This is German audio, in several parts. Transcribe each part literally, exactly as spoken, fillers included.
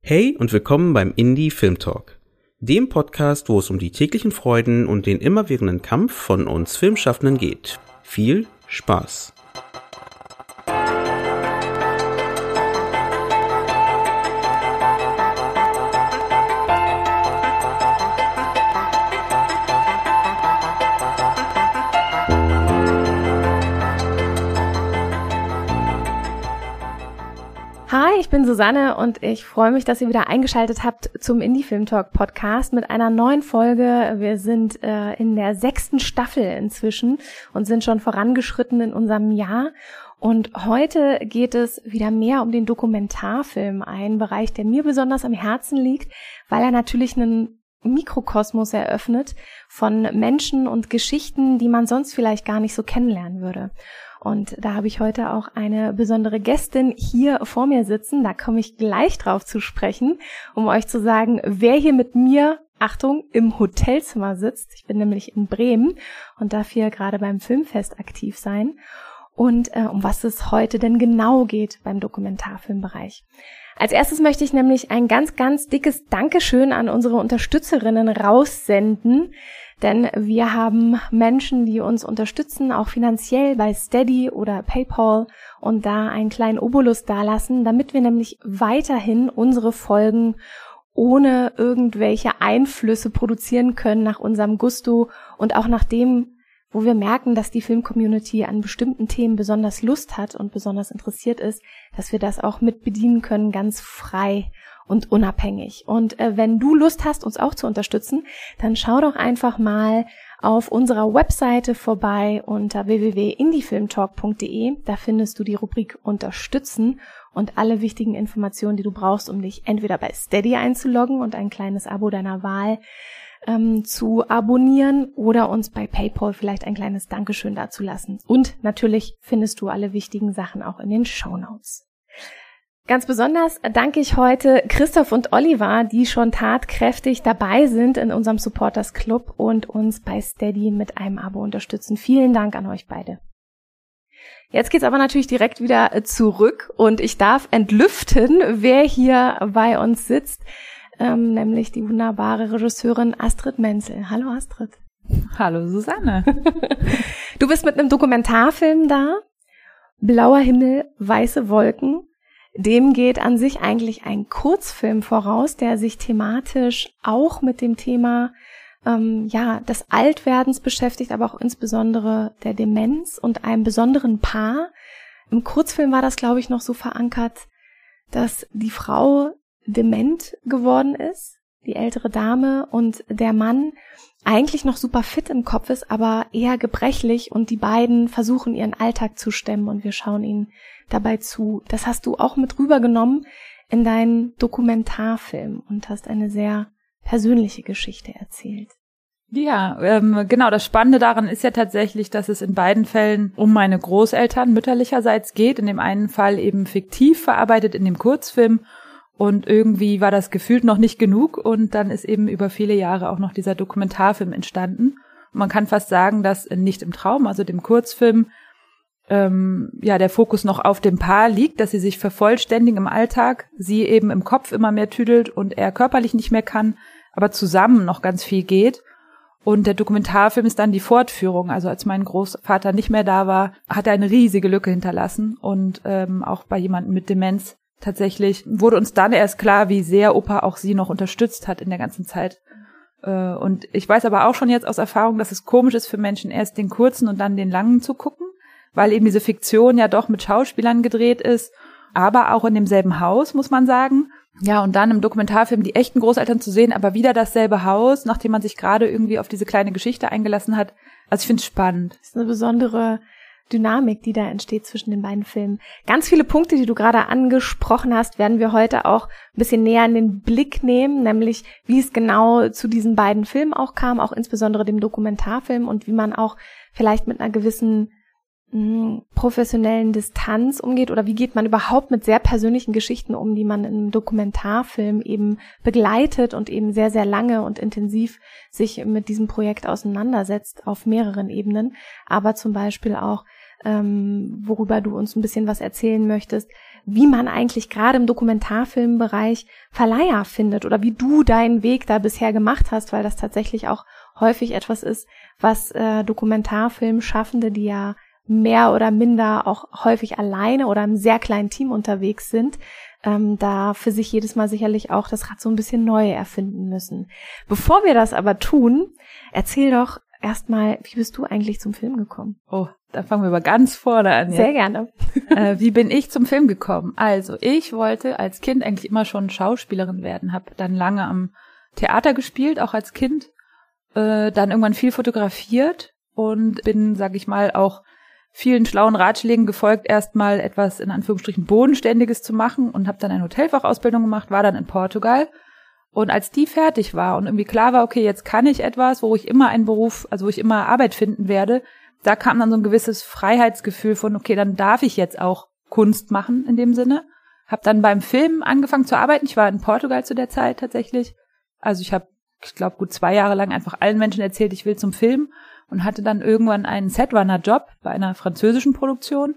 Hey und willkommen beim Indie Film Talk, dem Podcast, wo es um die täglichen Freuden und den immerwährenden Kampf von uns Filmschaffenden geht. Viel Spaß! Hi, ich bin Susanne und ich freue mich, dass ihr wieder eingeschaltet habt zum Indie Film Talk Podcast mit einer neuen Folge. Wir sind äh, in der sechsten Staffel inzwischen und sind schon vorangeschritten in unserem Jahr. Und heute geht es wieder mehr um den Dokumentarfilm, ein Bereich, der mir besonders am Herzen liegt, weil er natürlich einen Mikrokosmos eröffnet von Menschen und Geschichten, die man sonst vielleicht gar nicht so kennenlernen würde. Und da habe ich heute auch eine besondere Gästin hier vor mir sitzen. Da komme ich gleich drauf zu sprechen, um euch zu sagen, wer hier mit mir, Achtung, im Hotelzimmer sitzt. Ich bin nämlich in Bremen und darf hier gerade beim Filmfest aktiv sein. Und äh, um was es heute denn genau geht beim Dokumentarfilmbereich. Als erstes möchte ich nämlich ein ganz, ganz dickes Dankeschön an unsere Unterstützerinnen raussenden. Denn wir haben Menschen, die uns unterstützen, auch finanziell bei Steady oder PayPal und da einen kleinen Obolus dalassen, damit wir nämlich weiterhin unsere Folgen ohne irgendwelche Einflüsse produzieren können nach unserem Gusto und auch nach dem, wo wir merken, dass die Filmcommunity an bestimmten Themen besonders Lust hat und besonders interessiert ist, dass wir das auch mit bedienen können, ganz frei und unabhängig. Und äh, wenn du Lust hast, uns auch zu unterstützen, dann schau doch einfach mal auf unserer Webseite vorbei unter w w w punkt indie film talk punkt d e. Da findest du die Rubrik Unterstützen und alle wichtigen Informationen, die du brauchst, um dich entweder bei Steady einzuloggen und ein kleines Abo deiner Wahl ähm, zu abonnieren oder uns bei PayPal vielleicht ein kleines Dankeschön dazulassen. Und natürlich findest du alle wichtigen Sachen auch in den Shownotes. Ganz besonders danke ich heute Christoph und Oliver, die schon tatkräftig dabei sind in unserem Supporters Club und uns bei Steady mit einem Abo unterstützen. Vielen Dank an euch beide. Jetzt geht's aber natürlich direkt wieder zurück und ich darf entlüften, wer hier bei uns sitzt, ähm, nämlich die wunderbare Regisseurin Astrid Menzel. Hallo Astrid. Hallo Susanne. Du bist mit einem Dokumentarfilm da. Blauer Himmel, weiße Wolken. Dem geht an sich eigentlich ein Kurzfilm voraus, der sich thematisch auch mit dem Thema ähm, ja des Altwerdens beschäftigt, aber auch insbesondere der Demenz und einem besonderen Paar. Im Kurzfilm war das, glaube ich, noch so verankert, dass die Frau dement geworden ist, die ältere Dame, und der Mann eigentlich noch super fit im Kopf ist, aber eher gebrechlich, und die beiden versuchen ihren Alltag zu stemmen und wir schauen ihnen dabei zu. Das hast du auch mit rübergenommen in deinen Dokumentarfilm und hast eine sehr persönliche Geschichte erzählt. Ja, ähm, genau. Das Spannende daran ist ja tatsächlich, dass es in beiden Fällen um meine Großeltern mütterlicherseits geht. In dem einen Fall eben fiktiv verarbeitet in dem Kurzfilm. Und irgendwie war das gefühlt noch nicht genug und dann ist eben über viele Jahre auch noch dieser Dokumentarfilm entstanden. Und man kann fast sagen, dass nicht im Traum, also dem Kurzfilm, ähm, ja der Fokus noch auf dem Paar liegt, dass sie sich vervollständigen im Alltag, sie eben im Kopf immer mehr tüdelt und er körperlich nicht mehr kann, aber zusammen noch ganz viel geht. Und der Dokumentarfilm ist dann die Fortführung. Also als mein Großvater nicht mehr da war, hat er eine riesige Lücke hinterlassen und ähm, auch bei jemandem mit Demenz. Tatsächlich wurde uns dann erst klar, wie sehr Opa auch sie noch unterstützt hat in der ganzen Zeit. Und ich weiß aber auch schon jetzt aus Erfahrung, dass es komisch ist für Menschen, erst den kurzen und dann den langen zu gucken, weil eben diese Fiktion ja doch mit Schauspielern gedreht ist, aber auch in demselben Haus, muss man sagen. Ja, und dann im Dokumentarfilm die echten Großeltern zu sehen, aber wieder dasselbe Haus, nachdem man sich gerade irgendwie auf diese kleine Geschichte eingelassen hat. Also ich finde es spannend. Das ist eine besondere Dynamik, die da entsteht zwischen den beiden Filmen. Ganz viele Punkte, die du gerade angesprochen hast, werden wir heute auch ein bisschen näher in den Blick nehmen, nämlich wie es genau zu diesen beiden Filmen auch kam, auch insbesondere dem Dokumentarfilm, und wie man auch vielleicht mit einer gewissen mh, professionellen Distanz umgeht, oder wie geht man überhaupt mit sehr persönlichen Geschichten um, die man im Dokumentarfilm eben begleitet und eben sehr, sehr lange und intensiv sich mit diesem Projekt auseinandersetzt auf mehreren Ebenen, aber zum Beispiel auch ähm, worüber du uns ein bisschen was erzählen möchtest, wie man eigentlich gerade im Dokumentarfilmbereich Verleiher findet oder wie du deinen Weg da bisher gemacht hast, weil das tatsächlich auch häufig etwas ist, was äh, Dokumentarfilmschaffende, die ja mehr oder minder auch häufig alleine oder im sehr kleinen Team unterwegs sind, ähm, da für sich jedes Mal sicherlich auch das Rad so ein bisschen neu erfinden müssen. Bevor wir das aber tun, erzähl doch erstmal, wie bist du eigentlich zum Film gekommen? Oh, dann fangen wir aber ganz vorne an. Sehr gerne. äh, wie bin ich zum Film gekommen? Also, ich wollte als Kind eigentlich immer schon Schauspielerin werden, habe dann lange am Theater gespielt, auch als Kind, äh, dann irgendwann viel fotografiert und bin, sag ich mal, auch vielen schlauen Ratschlägen gefolgt, erstmal etwas in Anführungsstrichen Bodenständiges zu machen und habe dann eine Hotelfachausbildung gemacht, war dann in Portugal. Und als die fertig war und irgendwie klar war, okay, jetzt kann ich etwas, wo ich immer einen Beruf, also wo ich immer Arbeit finden werde, da kam dann so ein gewisses Freiheitsgefühl von, okay, dann darf ich jetzt auch Kunst machen in dem Sinne. Hab dann beim Film angefangen zu arbeiten. Ich war in Portugal zu der Zeit tatsächlich. Also ich habe, ich glaube, gut zwei Jahre lang einfach allen Menschen erzählt, ich will zum Film und hatte dann irgendwann einen Setrunner-Job bei einer französischen Produktion.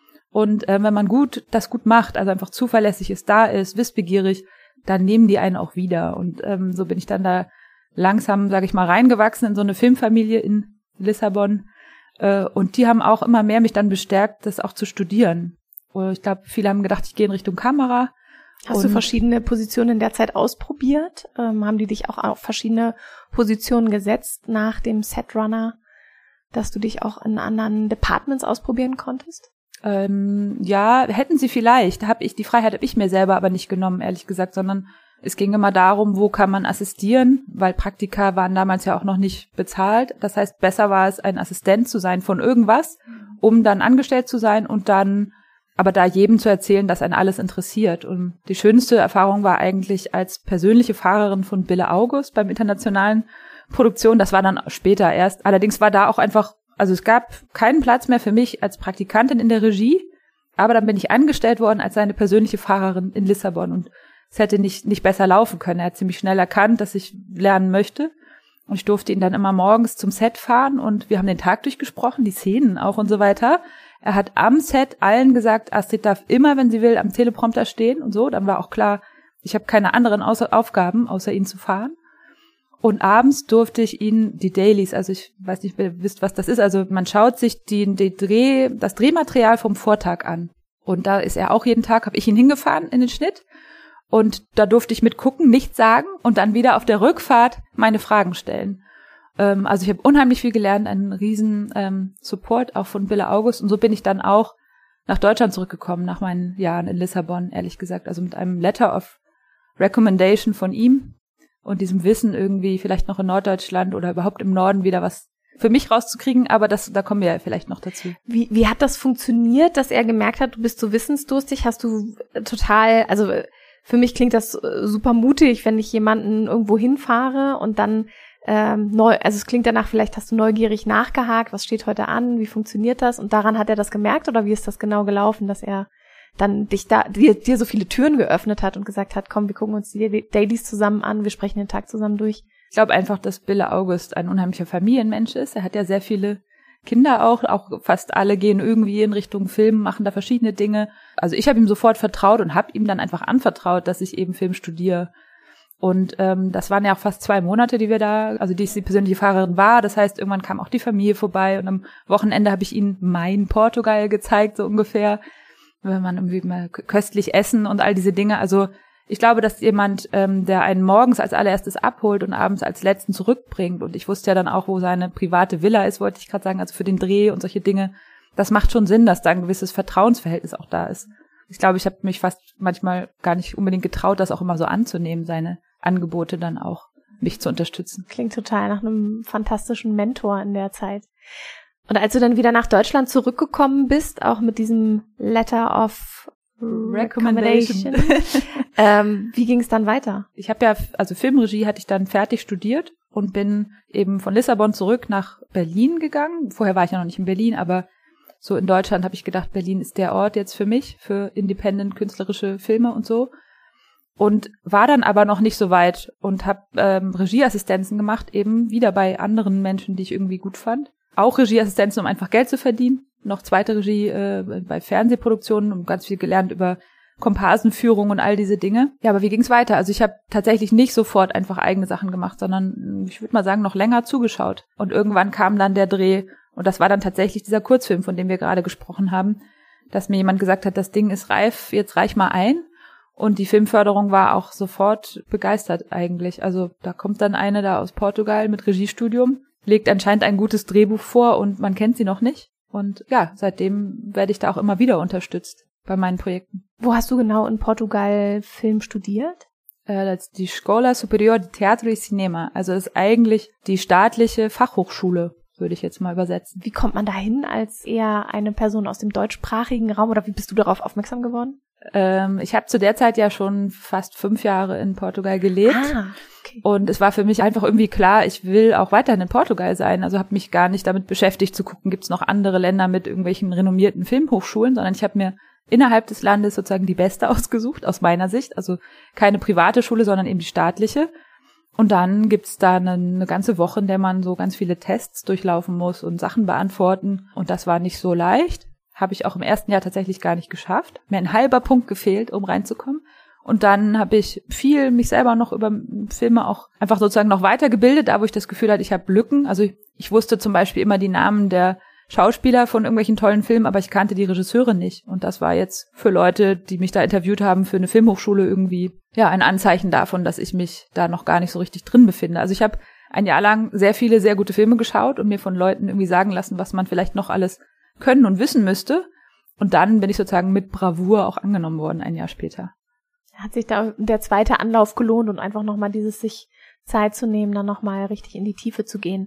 Und äh, wenn man gut das gut macht, also einfach zuverlässig ist, da ist, wissbegierig, dann nehmen die einen auch wieder. Und ähm, so bin ich dann da langsam, sage ich mal, reingewachsen in so eine Filmfamilie in Lissabon. Äh, und die haben auch immer mehr mich dann bestärkt, das auch zu studieren. Und ich glaube, viele haben gedacht, ich gehe in Richtung Kamera. Hast und du verschiedene Positionen in der Zeit ausprobiert? Ähm, haben die dich auch auf verschiedene Positionen gesetzt nach dem Setrunner, dass du dich auch in anderen Departments ausprobieren konntest? Ähm, ja, hätten sie vielleicht. Da habe ich die Freiheit habe ich mir selber aber nicht genommen, ehrlich gesagt, sondern es ging immer darum, wo kann man assistieren, weil Praktika waren damals ja auch noch nicht bezahlt. Das heißt, besser war es, ein Assistent zu sein von irgendwas, um dann angestellt zu sein und dann aber da jedem zu erzählen, dass einen alles interessiert. Und die schönste Erfahrung war eigentlich als persönliche Fahrerin von Bille August beim internationalen Produktion. Das war dann später erst. Allerdings war da auch einfach, also es gab keinen Platz mehr für mich als Praktikantin in der Regie, aber dann bin ich angestellt worden als seine persönliche Fahrerin in Lissabon und es hätte nicht nicht besser laufen können. Er hat ziemlich schnell erkannt, dass ich lernen möchte und ich durfte ihn dann immer morgens zum Set fahren und wir haben den Tag durchgesprochen, die Szenen auch und so weiter. Er hat am Set allen gesagt, Astrid darf immer, wenn sie will, am Teleprompter stehen und so. Dann war auch klar, ich habe keine anderen Aufgaben, außer ihn zu fahren. Und abends durfte ich ihn die Dailies, also ich weiß nicht, wer wisst, was das ist, also man schaut sich die, die Dreh, das Drehmaterial vom Vortag an. Und da ist er auch jeden Tag, habe ich ihn hingefahren in den Schnitt. Und da durfte ich mitgucken, nichts sagen und dann wieder auf der Rückfahrt meine Fragen stellen. Ähm, also ich habe unheimlich viel gelernt, einen riesen ähm, Support auch von Bille August. Und so bin ich dann auch nach Deutschland zurückgekommen, nach meinen Jahren in Lissabon, ehrlich gesagt. Also mit einem Letter of Recommendation von ihm. Und diesem Wissen irgendwie vielleicht noch in Norddeutschland oder überhaupt im Norden wieder was für mich rauszukriegen, aber das, da kommen wir ja vielleicht noch dazu. Wie, wie hat das funktioniert, dass er gemerkt hat, du bist so wissensdurstig? Hast du total, also für mich klingt das super mutig, wenn ich jemanden irgendwo hinfahre und dann ähm, neu, also es klingt danach, vielleicht hast du neugierig nachgehakt, was steht heute an, wie funktioniert das? Und daran hat er das gemerkt oder wie ist das genau gelaufen, dass er dann dich da, dir, dir so viele Türen geöffnet hat und gesagt hat, komm, wir gucken uns die Dailies zusammen an, wir sprechen den Tag zusammen durch. Ich glaube einfach, dass Bille August ein unheimlicher Familienmensch ist. Er hat ja sehr viele Kinder auch, auch fast alle gehen irgendwie in Richtung Film, machen da verschiedene Dinge. Also ich habe ihm sofort vertraut und habe ihm dann einfach anvertraut, dass ich eben Film studiere. Und ähm, das waren ja auch fast zwei Monate, die wir da, also die ich die persönliche Fahrerin war. Das heißt, irgendwann kam auch die Familie vorbei und am Wochenende habe ich ihnen mein Portugal gezeigt, so ungefähr. Wenn man irgendwie mal köstlich essen und all diese Dinge. Also ich glaube, dass jemand, ähm, der einen morgens als allererstes abholt und abends als letzten zurückbringt, und ich wusste ja dann auch, wo seine private Villa ist, wollte ich gerade sagen, also für den Dreh und solche Dinge, das macht schon Sinn, dass da ein gewisses Vertrauensverhältnis auch da ist. Ich glaube, ich habe mich fast manchmal gar nicht unbedingt getraut, das auch immer so anzunehmen, seine Angebote dann auch, mich zu unterstützen. Klingt total nach einem fantastischen Mentor in der Zeit. Und als du dann wieder nach Deutschland zurückgekommen bist, auch mit diesem Letter of Recommendation, ähm, wie ging es dann weiter? Ich habe ja, also Filmregie hatte ich dann fertig studiert und bin eben von Lissabon zurück nach Berlin gegangen. Vorher war ich ja noch nicht in Berlin, aber so in Deutschland habe ich gedacht, Berlin ist der Ort jetzt für mich, für independent künstlerische Filme und so. Und war dann aber noch nicht so weit und habe ähm, Regieassistenzen gemacht, eben wieder bei anderen Menschen, die ich irgendwie gut fand. Auch Regieassistenzen, um einfach Geld zu verdienen. Noch zweite Regie äh, bei Fernsehproduktionen und ganz viel gelernt über Komparsenführung und all diese Dinge. Ja, aber wie ging's weiter? Also ich habe tatsächlich nicht sofort einfach eigene Sachen gemacht, sondern ich würde mal sagen, noch länger zugeschaut. Und irgendwann kam dann der Dreh und das war dann tatsächlich dieser Kurzfilm, von dem wir gerade gesprochen haben, dass mir jemand gesagt hat, das Ding ist reif, jetzt reich mal ein. Und die Filmförderung war auch sofort begeistert eigentlich. Also da kommt dann eine da aus Portugal mit Regiestudium, legt anscheinend ein gutes Drehbuch vor und man kennt sie noch nicht. Und ja, seitdem werde ich da auch immer wieder unterstützt bei meinen Projekten. Wo hast du genau in Portugal Film studiert? Äh, das ist die Escola Superior de Teatro e Cinema. Also das ist eigentlich die staatliche Fachhochschule, würde ich jetzt mal übersetzen. Wie kommt man da hin als eher eine Person aus dem deutschsprachigen Raum oder wie bist du darauf aufmerksam geworden? Ähm, ich habe zu der Zeit ja schon fast fünf Jahre in Portugal gelebt. Ah, okay. Und es war für mich einfach irgendwie klar, ich will auch weiterhin in Portugal sein. Also habe mich gar nicht damit beschäftigt zu gucken, gibt es noch andere Länder mit irgendwelchen renommierten Filmhochschulen, sondern ich habe mir innerhalb des Landes sozusagen die beste ausgesucht, aus meiner Sicht. Also keine private Schule, sondern eben die staatliche. Und dann gibt's da eine, eine ganze Woche, in der man so ganz viele Tests durchlaufen muss und Sachen beantworten. Und das war nicht so leicht. Habe ich auch im ersten Jahr tatsächlich gar nicht geschafft. Mir ein halber Punkt gefehlt, um reinzukommen. Und dann habe ich viel mich selber noch über Filme auch einfach sozusagen noch weitergebildet, da wo ich das Gefühl hatte, ich habe Lücken. Also ich, ich wusste zum Beispiel immer die Namen der Schauspieler von irgendwelchen tollen Filmen, aber ich kannte die Regisseure nicht. Und das war jetzt für Leute, die mich da interviewt haben, für eine Filmhochschule irgendwie ja ein Anzeichen davon, dass ich mich da noch gar nicht so richtig drin befinde. Also ich habe ein Jahr lang sehr viele, sehr gute Filme geschaut und mir von Leuten irgendwie sagen lassen, was man vielleicht noch alles können und wissen müsste. Und dann bin ich sozusagen mit Bravour auch angenommen worden, ein Jahr später. Hat sich da der zweite Anlauf gelohnt und einfach nochmal dieses sich Zeit zu nehmen, dann nochmal richtig in die Tiefe zu gehen.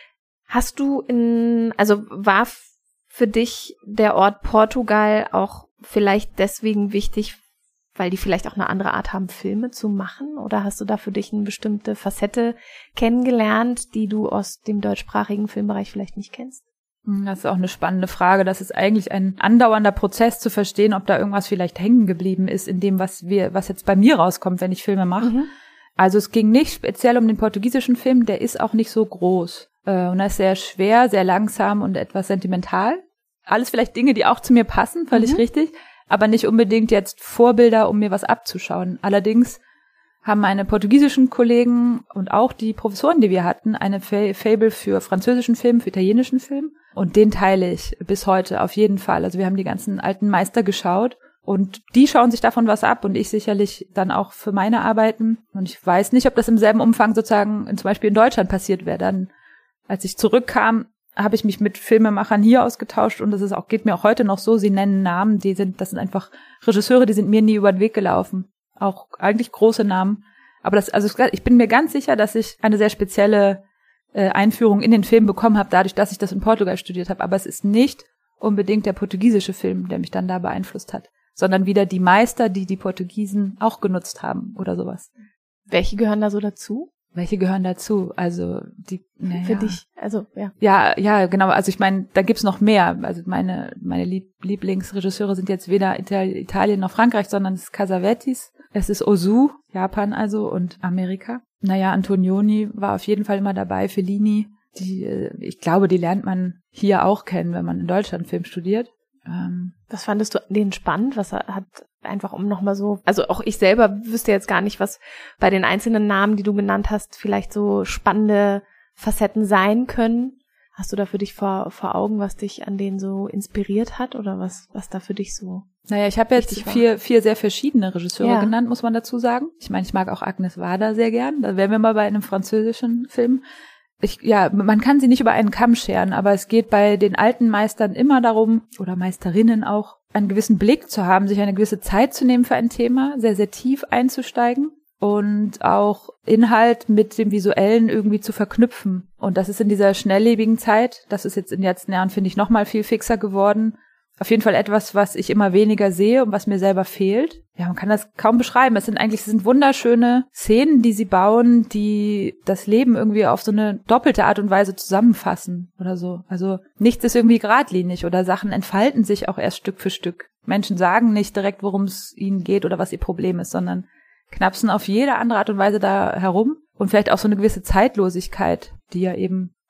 Hast du in, also war für dich der Ort Portugal auch vielleicht deswegen wichtig, weil die vielleicht auch eine andere Art haben, Filme zu machen? Oder hast du da für dich eine bestimmte Facette kennengelernt, die du aus dem deutschsprachigen Filmbereich vielleicht nicht kennst? Das ist auch eine spannende Frage. Das ist eigentlich ein andauernder Prozess zu verstehen, ob da irgendwas vielleicht hängen geblieben ist in dem, was wir, was jetzt bei mir rauskommt, wenn ich Filme mache. Mhm. Also es ging nicht speziell um den portugiesischen Film, der ist auch nicht so groß. Und er ist sehr schwer, sehr langsam und etwas sentimental. Alles vielleicht Dinge, die auch zu mir passen, völlig mhm. richtig, aber nicht unbedingt jetzt Vorbilder, um mir was abzuschauen. Allerdings haben meine portugiesischen Kollegen und auch die Professoren, die wir hatten, eine Faible für französischen Film, für italienischen Film. Und den teile ich bis heute auf jeden Fall. Also wir haben die ganzen alten Meister geschaut und die schauen sich davon was ab und ich sicherlich dann auch für meine Arbeiten. Und ich weiß nicht, ob das im selben Umfang sozusagen in, zum Beispiel in Deutschland passiert wäre. Dann, als ich zurückkam, habe ich mich mit Filmemachern hier ausgetauscht und das ist auch, geht mir auch heute noch so. Sie nennen Namen, die sind, das sind einfach Regisseure, die sind mir nie über den Weg gelaufen. Auch eigentlich große Namen. Aber das, also ich bin mir ganz sicher, dass ich eine sehr spezielle äh, Einführung in den Film bekommen habe, dadurch, dass ich das in Portugal studiert habe. Aber es ist nicht unbedingt der portugiesische Film, der mich dann da beeinflusst hat, sondern wieder die Meister, die die Portugiesen auch genutzt haben oder sowas. Welche gehören da so dazu? Welche gehören dazu? Also die naja. Für dich, also ja. Ja, ja, genau. Also ich meine, da gibt's noch mehr. Also meine meine Lieb- Lieblingsregisseure sind jetzt weder Ital- Italien noch Frankreich, sondern es ist Cassavetes, es ist Ozu, Japan also und Amerika. Naja, Antonioni war auf jeden Fall immer dabei, Fellini. Die, ich glaube, die lernt man hier auch kennen, wenn man in Deutschland Film studiert. Ähm, Was fandest du den spannend? Was hat einfach um nochmal so, also auch ich selber wüsste jetzt gar nicht, was bei den einzelnen Namen, die du genannt hast, vielleicht so spannende Facetten sein können. Hast du da für dich vor, vor Augen, was dich an denen so inspiriert hat oder was, was da für dich so? Naja, ich habe jetzt vier, vier sehr verschiedene Regisseure ja. genannt, muss man dazu sagen. Ich meine, ich mag auch Agnes Varda sehr gern. Da wären wir mal bei einem französischen Film. Ich, ja, man kann sie nicht über einen Kamm scheren, aber es geht bei den alten Meistern immer darum, oder Meisterinnen auch, einen gewissen Blick zu haben, sich eine gewisse Zeit zu nehmen für ein Thema, sehr, sehr tief einzusteigen und auch Inhalt mit dem Visuellen irgendwie zu verknüpfen. Und das ist in dieser schnelllebigen Zeit, das ist jetzt in den letzten Jahren, finde ich, noch mal viel fixer geworden. Auf jeden Fall etwas, was ich immer weniger sehe und was mir selber fehlt. Ja, man kann das kaum beschreiben. Es sind eigentlich, es sind wunderschöne Szenen, die sie bauen, die das Leben irgendwie auf so eine doppelte Art und Weise zusammenfassen oder so. Also nichts ist irgendwie geradlinig oder Sachen entfalten sich auch erst Stück für Stück. Menschen sagen nicht direkt, worum es ihnen geht oder was ihr Problem ist, sondern knapsen auf jede andere Art und Weise da herum und vielleicht auch so eine gewisse Zeitlosigkeit, die ja eben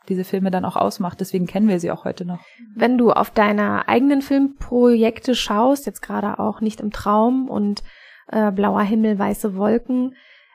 diese Filme dann auch ausmacht. Deswegen kennen wir sie auch heute noch. Wenn du auf deine eigenen Filmprojekte schaust, jetzt gerade auch Nicht im Traum und äh, Blauer Himmel, weiße Wolken,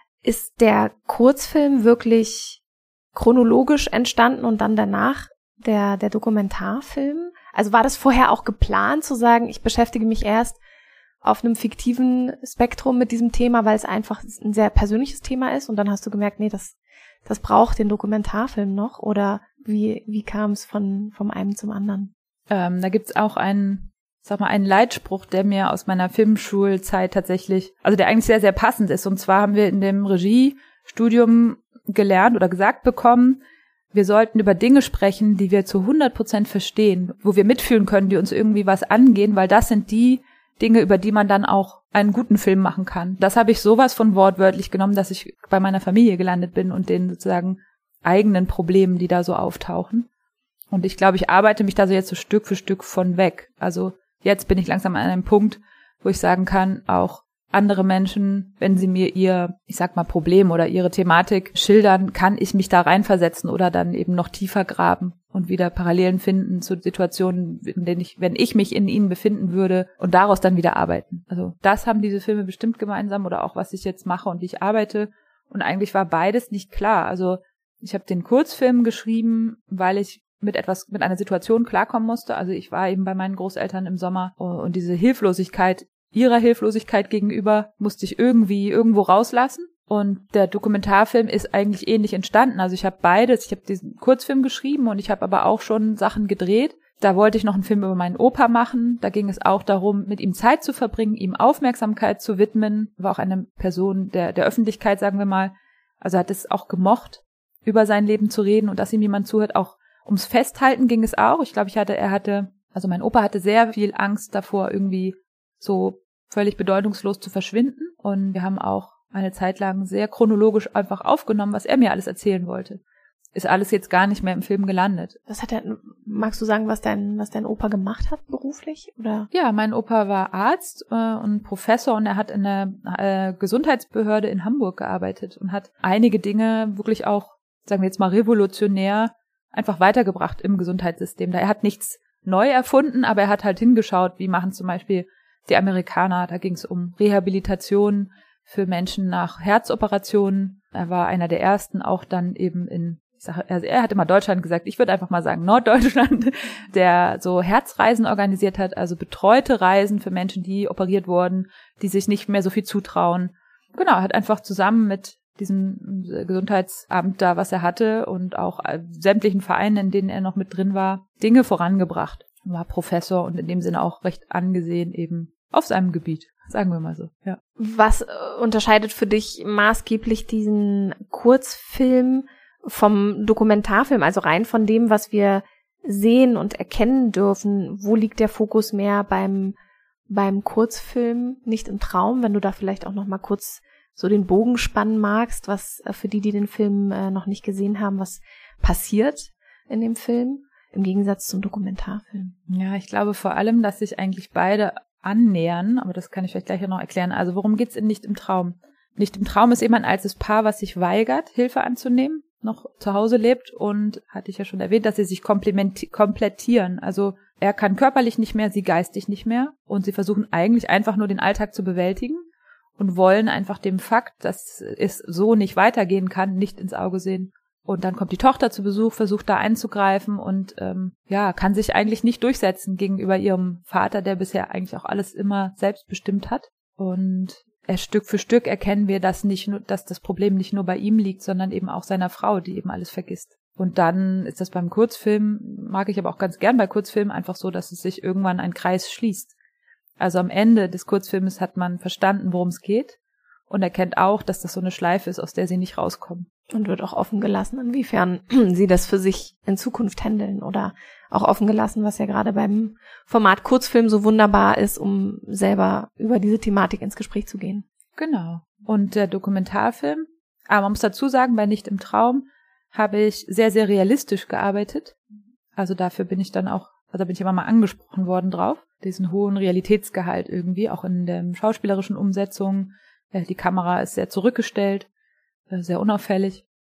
ist der Kurzfilm wirklich chronologisch entstanden und dann danach der, der Dokumentarfilm? Also war das vorher auch geplant zu sagen, ich beschäftige mich erst auf einem fiktiven Spektrum mit diesem Thema, weil es einfach ein sehr persönliches Thema ist und dann hast du gemerkt, nee, das das braucht den Dokumentarfilm noch, oder wie wie kam es von vom einen zum anderen? Ähm, da gibt's auch einen, sag mal, einen Leitspruch, der mir aus meiner Filmschulzeit tatsächlich, also der eigentlich sehr, sehr passend ist. Und zwar haben wir in dem Regiestudium gelernt oder gesagt bekommen, wir sollten über Dinge sprechen, die wir zu hundert Prozent verstehen, wo wir mitfühlen können, die uns irgendwie was angehen, weil das sind die Dinge, über die man dann auch einen guten Film machen kann. Das habe ich sowas von wortwörtlich genommen, dass ich bei meiner Familie gelandet bin und den sozusagen eigenen Problemen, die da so auftauchen. Und ich glaube, ich arbeite mich da so jetzt so Stück für Stück von weg. Also jetzt bin ich langsam an einem Punkt, wo ich sagen kann, auch andere Menschen, wenn sie mir ihr, ich sag mal, Problem oder ihre Thematik schildern, kann ich mich da reinversetzen oder dann eben noch tiefer graben und wieder Parallelen finden zu Situationen, in denen ich, wenn ich mich in ihnen befinden würde, und daraus dann wieder arbeiten. Also das haben diese Filme bestimmt gemeinsam, oder auch was ich jetzt mache und wie ich arbeite. Und eigentlich war beides nicht klar. Also ich habe den Kurzfilm geschrieben, weil ich mit etwas, mit einer Situation klarkommen musste. Also ich war eben bei meinen Großeltern im Sommer und diese Hilflosigkeit, ihrer Hilflosigkeit gegenüber, musste ich irgendwie irgendwo rauslassen. Und der Dokumentarfilm ist eigentlich ähnlich entstanden. Also ich habe beides. Ich habe diesen Kurzfilm geschrieben und ich habe aber auch schon Sachen gedreht. Da wollte ich noch einen Film über meinen Opa machen. Da ging es auch darum, mit ihm Zeit zu verbringen, ihm Aufmerksamkeit zu widmen. War auch eine Person der, der Öffentlichkeit, sagen wir mal. Also hat es auch gemocht, über sein Leben zu reden und dass ihm jemand zuhört. Auch ums Festhalten ging es auch. Ich glaube, ich hatte, er hatte, also mein Opa hatte sehr viel Angst davor, irgendwie so völlig bedeutungslos zu verschwinden. Und wir haben auch eine Zeit lang sehr chronologisch einfach aufgenommen, was er mir alles erzählen wollte. Ist alles jetzt gar nicht mehr im Film gelandet. Was hat er, magst du sagen, was dein, was dein Opa gemacht hat beruflich, oder? Ja, mein Opa war Arzt äh, und Professor und er hat in der äh, Gesundheitsbehörde in Hamburg gearbeitet und hat einige Dinge wirklich auch, sagen wir jetzt mal, revolutionär einfach weitergebracht im Gesundheitssystem. Da er hat nichts neu erfunden, aber er hat halt hingeschaut, wie machen zum Beispiel die Amerikaner. Da ging es um Rehabilitation für Menschen nach Herzoperationen. Er war einer der ersten, auch dann eben in, ich sage, also er hat immer Deutschland gesagt, ich würde einfach mal sagen Norddeutschland, der so Herzreisen organisiert hat, also betreute Reisen für Menschen, die operiert wurden, die sich nicht mehr so viel zutrauen. Genau, er hat einfach zusammen mit diesem Gesundheitsamt da, was er hatte, und auch sämtlichen Vereinen, in denen er noch mit drin war, Dinge vorangebracht. Er war Professor und in dem Sinne auch recht angesehen eben auf seinem Gebiet. Sagen wir mal so, ja. Was äh, unterscheidet für dich maßgeblich diesen Kurzfilm vom Dokumentarfilm? Also rein von dem, was wir sehen und erkennen dürfen. Wo liegt der Fokus mehr beim beim Kurzfilm, Nicht im Traum? Wenn du da vielleicht auch noch mal kurz so den Bogen spannen magst, was äh, für die, die den Film äh, noch nicht gesehen haben, was passiert in dem Film im Gegensatz zum Dokumentarfilm. Ja, ich glaube vor allem, dass sich eigentlich beide annähern, aber das kann ich vielleicht gleich noch erklären. Also worum geht's in Nicht im Traum? Nicht im Traum ist eben ein altes Paar, was sich weigert, Hilfe anzunehmen, noch zu Hause lebt, und hatte ich ja schon erwähnt, dass sie sich komplettieren. Also er kann körperlich nicht mehr, sie geistig nicht mehr, und sie versuchen eigentlich einfach nur den Alltag zu bewältigen und wollen einfach dem Fakt, dass es so nicht weitergehen kann, nicht ins Auge sehen. Und dann kommt die Tochter zu Besuch, versucht da einzugreifen und ähm, ja, kann sich eigentlich nicht durchsetzen gegenüber ihrem Vater, der bisher eigentlich auch alles immer selbst bestimmt hat. Und er, Stück für Stück erkennen wir, dass nicht nur, dass das Problem nicht nur bei ihm liegt, sondern eben auch seiner Frau, die eben alles vergisst. Und dann ist das beim Kurzfilm, mag ich aber auch ganz gern bei Kurzfilmen, einfach so, dass es sich irgendwann ein Kreis schließt. Also am Ende des Kurzfilmes hat man verstanden, worum es geht, und erkennt auch, dass das so eine Schleife ist, aus der sie nicht rauskommen. Und wird auch offen gelassen, inwiefern sie das für sich in Zukunft handeln, oder auch offen gelassen, was ja gerade beim Format Kurzfilm so wunderbar ist, um selber über diese Thematik ins Gespräch zu gehen. Genau. Und der Dokumentarfilm, aber man muss dazu sagen, bei Nicht im Traum habe ich sehr, sehr realistisch gearbeitet. Also dafür bin ich dann auch, also bin ich immer mal angesprochen worden drauf, diesen hohen Realitätsgehalt irgendwie, auch in der schauspielerischen Umsetzung. Die Kamera ist sehr zurückgestellt, sehr unauffällig.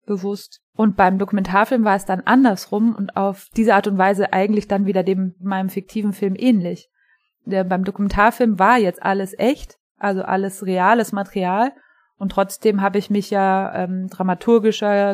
bewusst. Und beim Dokumentarfilm war es dann andersrum und auf diese Art und Weise eigentlich dann wieder dem meinem fiktiven Film ähnlich. Der, beim Dokumentarfilm war jetzt alles echt, also alles reales Material. Und trotzdem habe ich mich ja ähm, dramaturgischer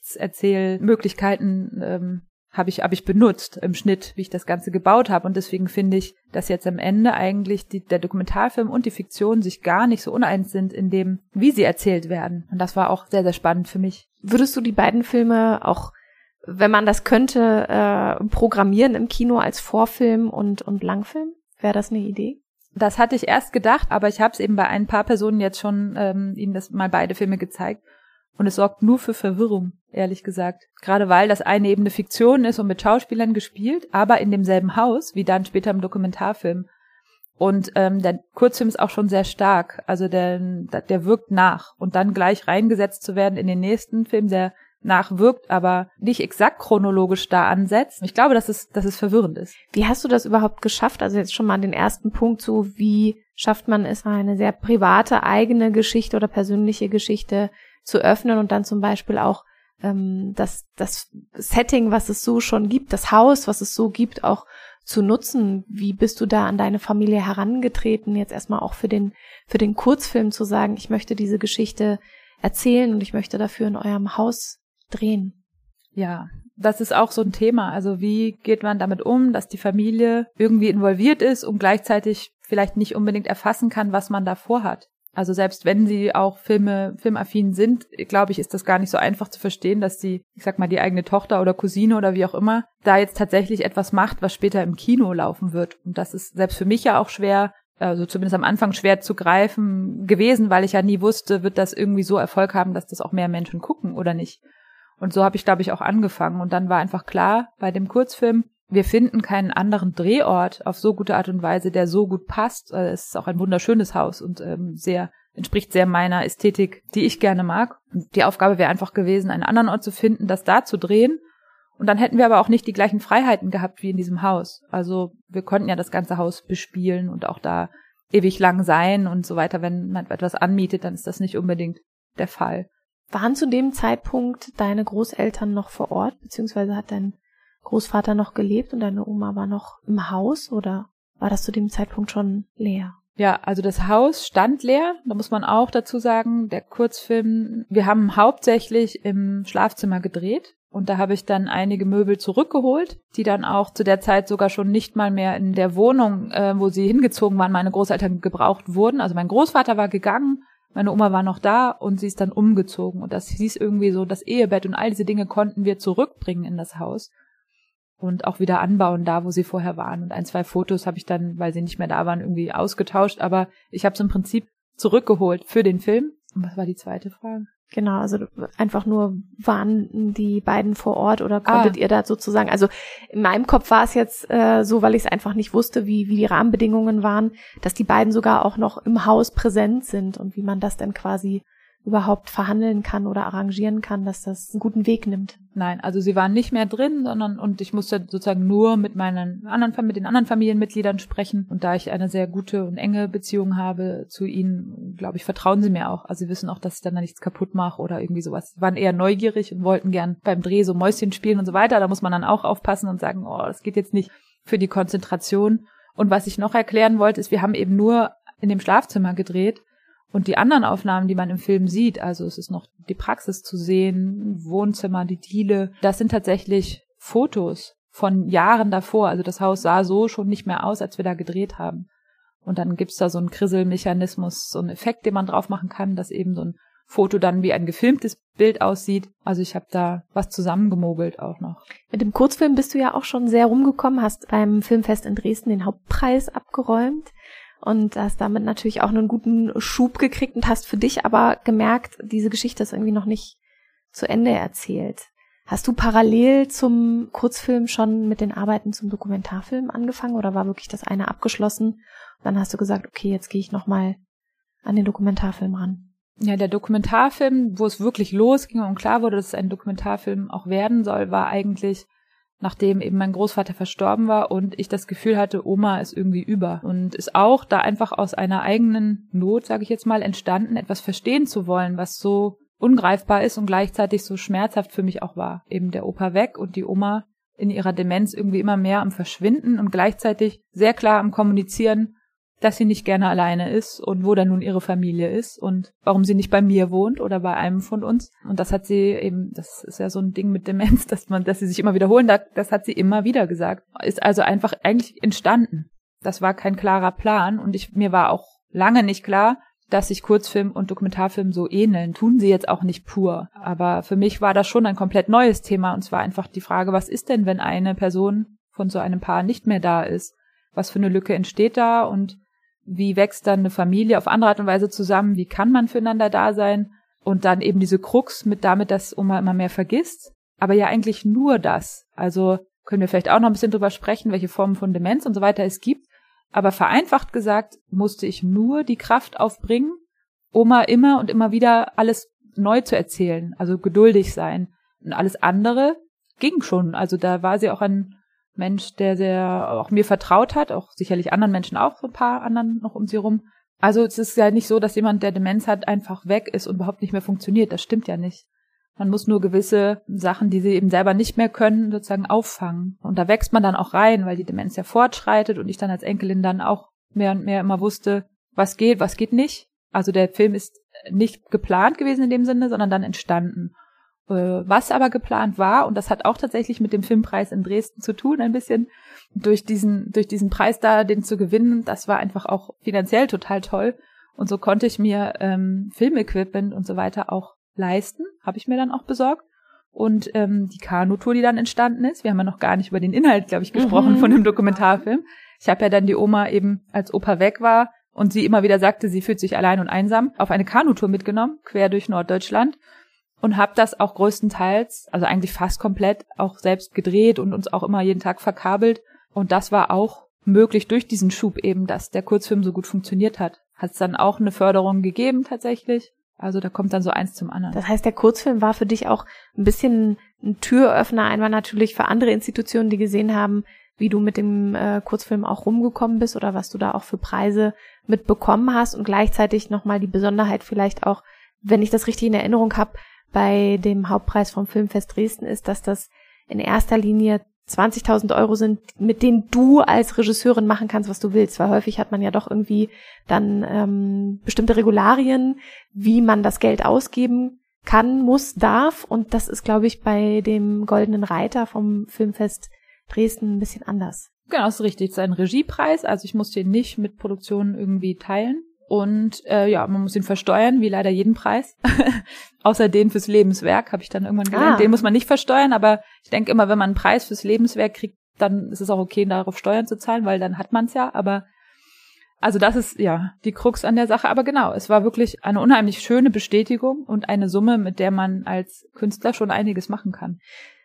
Geschichtserzählmöglichkeiten ähm, habe ich habe ich benutzt im Schnitt, wie ich das Ganze gebaut habe. Und deswegen finde ich, dass jetzt am Ende eigentlich die, der Dokumentarfilm und die Fiktion sich gar nicht so uneins sind in dem, wie sie erzählt werden. Und das war auch sehr, sehr spannend für mich. Würdest du die beiden Filme auch, wenn man das könnte, äh, programmieren im Kino als Vorfilm und und Langfilm? Wäre das eine Idee? Das hatte ich erst gedacht, aber ich habe es eben bei ein paar Personen jetzt schon ähm, ihnen das mal beide Filme gezeigt. Und es sorgt nur für Verwirrung, ehrlich gesagt. Gerade weil das eine eben eine Fiktion ist und mit Schauspielern gespielt, aber in demselben Haus, wie dann später im Dokumentarfilm. Und ähm, der Kurzfilm ist auch schon sehr stark. Also der, der wirkt nach. Und dann gleich reingesetzt zu werden in den nächsten Film, der nachwirkt, aber nicht exakt chronologisch da ansetzt. Ich glaube, dass es, dass es verwirrend ist. Wie hast du das überhaupt geschafft? Also jetzt schon mal den ersten Punkt so, wie schafft man es, eine sehr private, eigene Geschichte oder persönliche Geschichte zu öffnen und dann zum Beispiel auch ähm, das, das Setting, was es so schon gibt, das Haus, was es so gibt, auch zu nutzen. Wie bist du da an deine Familie herangetreten, jetzt erstmal auch für den, für den Kurzfilm zu sagen, ich möchte diese Geschichte erzählen und ich möchte dafür in eurem Haus drehen? Ja, das ist auch so ein Thema. Also wie geht man damit um, dass die Familie irgendwie involviert ist und gleichzeitig vielleicht nicht unbedingt erfassen kann, was man da vorhat. Also selbst wenn sie auch Filme, filmaffin sind, glaube ich, ist das gar nicht so einfach zu verstehen, dass die, ich sag mal, die eigene Tochter oder Cousine oder wie auch immer, da jetzt tatsächlich etwas macht, was später im Kino laufen wird. Und das ist selbst für mich ja auch schwer, also zumindest am Anfang schwer zu greifen gewesen, weil ich ja nie wusste, wird das irgendwie so Erfolg haben, dass das auch mehr Menschen gucken oder nicht. Und so habe ich, glaube ich, auch angefangen. Und dann war einfach klar, bei dem Kurzfilm, wir finden keinen anderen Drehort auf so gute Art und Weise, der so gut passt. Es ist auch ein wunderschönes Haus und ähm, sehr entspricht sehr meiner Ästhetik, die ich gerne mag. Und die Aufgabe wäre einfach gewesen, einen anderen Ort zu finden, das da zu drehen. Und dann hätten wir aber auch nicht die gleichen Freiheiten gehabt wie in diesem Haus. Also wir konnten ja das ganze Haus bespielen und auch da ewig lang sein und so weiter. Wenn man etwas anmietet, dann ist das nicht unbedingt der Fall. Waren zu dem Zeitpunkt deine Großeltern noch vor Ort, beziehungsweise hat dein Großvater noch gelebt und deine Oma war noch im Haus oder war das zu dem Zeitpunkt schon leer? Ja, also das Haus stand leer. Da muss man auch dazu sagen, der Kurzfilm, wir haben hauptsächlich im Schlafzimmer gedreht und da habe ich dann einige Möbel zurückgeholt, die dann auch zu der Zeit sogar schon nicht mal mehr in der Wohnung, äh, wo sie hingezogen waren, meine Großeltern gebraucht wurden. Also mein Großvater war gegangen, meine Oma war noch da und sie ist dann umgezogen und das hieß irgendwie so, das Ehebett und all diese Dinge konnten wir zurückbringen in das Haus. Und auch wieder anbauen da, wo sie vorher waren. Und ein, zwei Fotos habe ich dann, weil sie nicht mehr da waren, irgendwie ausgetauscht. Aber ich habe es im Prinzip zurückgeholt für den Film. Und was war die zweite Frage? Genau, also einfach nur, waren die beiden vor Ort oder konntet ah. ihr da sozusagen, also in meinem Kopf war es jetzt äh, so, weil ich es einfach nicht wusste, wie wie die Rahmenbedingungen waren, dass die beiden sogar auch noch im Haus präsent sind und wie man das dann quasi überhaupt verhandeln kann oder arrangieren kann, dass das einen guten Weg nimmt. Nein, also sie waren nicht mehr drin, sondern und ich musste sozusagen nur mit meinen anderen mit den anderen Familienmitgliedern sprechen und da ich eine sehr gute und enge Beziehung habe zu ihnen, glaube ich, vertrauen sie mir auch. Also sie wissen auch, dass ich dann da nichts kaputt mache oder irgendwie sowas. Sie waren eher neugierig und wollten gern beim Dreh so Mäuschen spielen und so weiter. Da muss man dann auch aufpassen und sagen, oh, das geht jetzt nicht für die Konzentration. Und was ich noch erklären wollte, ist, wir haben eben nur in dem Schlafzimmer gedreht. Und die anderen Aufnahmen, die man im Film sieht, also es ist noch die Praxis zu sehen, Wohnzimmer, die Diele, das sind tatsächlich Fotos von Jahren davor. Also das Haus sah so schon nicht mehr aus, als wir da gedreht haben. Und dann gibt's da so einen Krisselmechanismus, so einen Effekt, den man drauf machen kann, dass eben so ein Foto dann wie ein gefilmtes Bild aussieht. Also ich habe da was zusammengemogelt auch noch. Mit dem Kurzfilm bist du ja auch schon sehr rumgekommen, hast beim Filmfest in Dresden den Hauptpreis abgeräumt. Und hast damit natürlich auch einen guten Schub gekriegt und hast für dich aber gemerkt, diese Geschichte ist irgendwie noch nicht zu Ende erzählt. Hast du parallel zum Kurzfilm schon mit den Arbeiten zum Dokumentarfilm angefangen oder war wirklich das eine abgeschlossen? Und dann hast du gesagt, okay, jetzt gehe ich nochmal an den Dokumentarfilm ran. Ja, der Dokumentarfilm, wo es wirklich losging und klar wurde, dass es ein Dokumentarfilm auch werden soll, war eigentlich, nachdem eben mein Großvater verstorben war und ich das Gefühl hatte, Oma ist irgendwie über. Und ist auch da einfach aus einer eigenen Not, sage ich jetzt mal, entstanden, etwas verstehen zu wollen, was so ungreifbar ist und gleichzeitig so schmerzhaft für mich auch war. Eben der Opa weg und die Oma in ihrer Demenz irgendwie immer mehr am Verschwinden und gleichzeitig sehr klar am Kommunizieren, dass sie nicht gerne alleine ist und wo dann nun ihre Familie ist und warum sie nicht bei mir wohnt oder bei einem von uns. Und das hat sie eben, das ist ja so ein Ding mit Demenz, dass man, dass sie sich immer wiederholen, das hat sie immer wieder gesagt. Ist also einfach eigentlich entstanden. Das war kein klarer Plan und ich, mir war auch lange nicht klar, dass sich Kurzfilm und Dokumentarfilm so ähneln. Tun sie jetzt auch nicht pur. Aber für mich war das schon ein komplett neues Thema und zwar einfach die Frage, was ist denn, wenn eine Person von so einem Paar nicht mehr da ist? Was für eine Lücke entsteht da und wie wächst dann eine Familie auf andere Art und Weise zusammen? Wie kann man füreinander da sein? Und dann eben diese Krux mit damit, dass Oma immer mehr vergisst. Aber ja eigentlich nur das. Also können wir vielleicht auch noch ein bisschen drüber sprechen, welche Formen von Demenz und so weiter es gibt. Aber vereinfacht gesagt musste ich nur die Kraft aufbringen, Oma immer und immer wieder alles neu zu erzählen. Also geduldig sein. Und alles andere ging schon. Also da war sie auch ein Mensch, der sehr auch mir vertraut hat, auch sicherlich anderen Menschen auch, so ein paar anderen noch um sie rum. Also es ist ja nicht so, dass jemand, der Demenz hat, einfach weg ist und überhaupt nicht mehr funktioniert. Das stimmt ja nicht. Man muss nur gewisse Sachen, die sie eben selber nicht mehr können, sozusagen auffangen. Und da wächst man dann auch rein, weil die Demenz ja fortschreitet und ich dann als Enkelin dann auch mehr und mehr immer wusste, was geht, was geht nicht. Also der Film ist nicht geplant gewesen in dem Sinne, sondern dann entstanden. Was aber geplant war, und das hat auch tatsächlich mit dem Filmpreis in Dresden zu tun, ein bisschen, durch diesen, durch diesen Preis da, den zu gewinnen, das war einfach auch finanziell total toll. Und so konnte ich mir ähm, Filmequipment und so weiter auch leisten, habe ich mir dann auch besorgt. Und ähm, die Kanutour, die dann entstanden ist, wir haben ja noch gar nicht über den Inhalt, glaube ich, gesprochen mhm. von dem Dokumentarfilm. Ich habe ja dann die Oma eben, als Opa weg war und sie immer wieder sagte, sie fühlt sich allein und einsam, auf eine Kanutour mitgenommen, quer durch Norddeutschland. Und habe das auch größtenteils, also eigentlich fast komplett, auch selbst gedreht und uns auch immer jeden Tag verkabelt. Und das war auch möglich durch diesen Schub eben, dass der Kurzfilm so gut funktioniert hat. Hat es dann auch eine Förderung gegeben tatsächlich. Also da kommt dann so eins zum anderen. Das heißt, der Kurzfilm war für dich auch ein bisschen ein Türöffner, einmal natürlich für andere Institutionen, die gesehen haben, wie du mit dem äh, Kurzfilm auch rumgekommen bist oder was du da auch für Preise mitbekommen hast und gleichzeitig nochmal die Besonderheit vielleicht auch, wenn ich das richtig in Erinnerung habe, bei dem Hauptpreis vom Filmfest Dresden ist, dass das in erster Linie zwanzigtausend Euro sind, mit denen du als Regisseurin machen kannst, was du willst. Weil häufig hat man ja doch irgendwie dann ähm, bestimmte Regularien, wie man das Geld ausgeben kann, muss, darf. Und das ist, glaube ich, bei dem Goldenen Reiter vom Filmfest Dresden ein bisschen anders. Genau, das ist richtig. Es ist ein Regiepreis, also ich muss den nicht mit Produktionen irgendwie teilen. Und äh, ja, man muss ihn versteuern, wie leider jeden Preis. Außer den fürs Lebenswerk, habe ich dann irgendwann gelernt. Ah. Den muss man nicht versteuern, aber ich denke immer, wenn man einen Preis fürs Lebenswerk kriegt, dann ist es auch okay, darauf Steuern zu zahlen, weil dann hat man es ja. Aber also das ist ja die Krux an der Sache. Aber genau, es war wirklich eine unheimlich schöne Bestätigung und eine Summe, mit der man als Künstler schon einiges machen kann.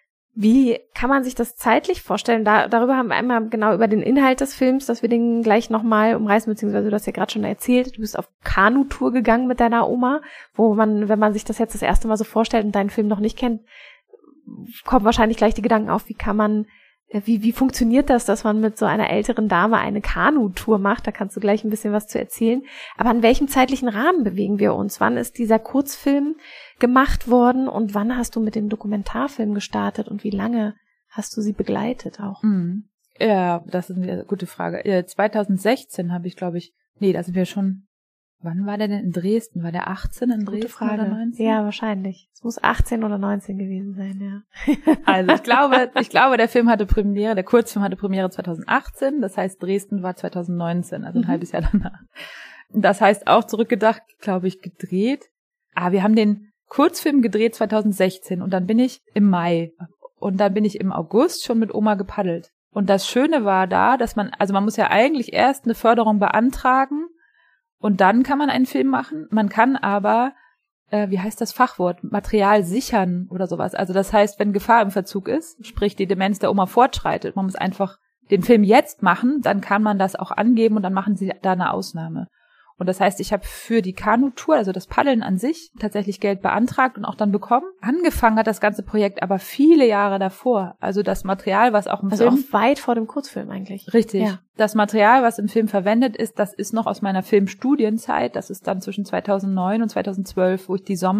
Wie kann man sich das zeitlich vorstellen? Da, darüber haben wir einmal genau über den Inhalt des Films, dass wir den gleich nochmal umreißen, beziehungsweise du hast ja gerade schon erzählt, du bist auf Kanutour gegangen mit deiner Oma, wo man, wenn man sich das jetzt das erste Mal so vorstellt und deinen Film noch nicht kennt, kommen wahrscheinlich gleich die Gedanken auf, wie kann man, wie, wie funktioniert das, dass man mit so einer älteren Dame eine Kanutour macht? Da kannst du gleich ein bisschen was zu erzählen. Aber in welchem zeitlichen Rahmen bewegen wir uns? Wann ist dieser Kurzfilm gemacht worden und wann hast du mit dem Dokumentarfilm gestartet und wie lange hast du sie begleitet auch? Mhm. Ja, das ist eine gute Frage. Ja, zwanzig sechzehn habe ich, glaube ich, nee, da sind wir schon, wann war der denn in Dresden? War der achtzehn in Dresden? Gute Frage. Oder neunzehn? Ja, wahrscheinlich. Es muss achtzehn oder neunzehn gewesen sein, ja. Also ich glaube, ich glaube, der Film hatte Premiere, der Kurzfilm hatte Premiere zwanzig achtzehn, das heißt Dresden war zwanzig neunzehn, also ein mhm. halbes Jahr danach. Das heißt auch zurückgedacht, glaube ich, gedreht. Ah, wir haben den Kurzfilm gedreht zwanzig sechzehn und dann bin ich im Mai und dann bin ich im August schon mit Oma gepaddelt. Und das Schöne war da, dass man, also man muss ja eigentlich erst eine Förderung beantragen und dann kann man einen Film machen. Man kann aber, äh, wie heißt das Fachwort, Material sichern oder sowas. Also das heißt, wenn Gefahr im Verzug ist, sprich die Demenz der Oma fortschreitet, man muss einfach den Film jetzt machen, dann kann man das auch angeben und dann machen sie da eine Ausnahme. Und das heißt, ich habe für die Kanutour, also das Paddeln an sich, tatsächlich Geld beantragt und auch dann bekommen. Angefangen hat das ganze Projekt aber viele Jahre davor. Also das Material, was auch im also Film... Also auch weit vor dem Kurzfilm eigentlich. Richtig. Ja. Das Material, was im Film verwendet ist, das ist noch aus meiner Filmstudienzeit. Das ist dann zwischen zweitausendneun und zweitausendzwölf, wo ich die Sommer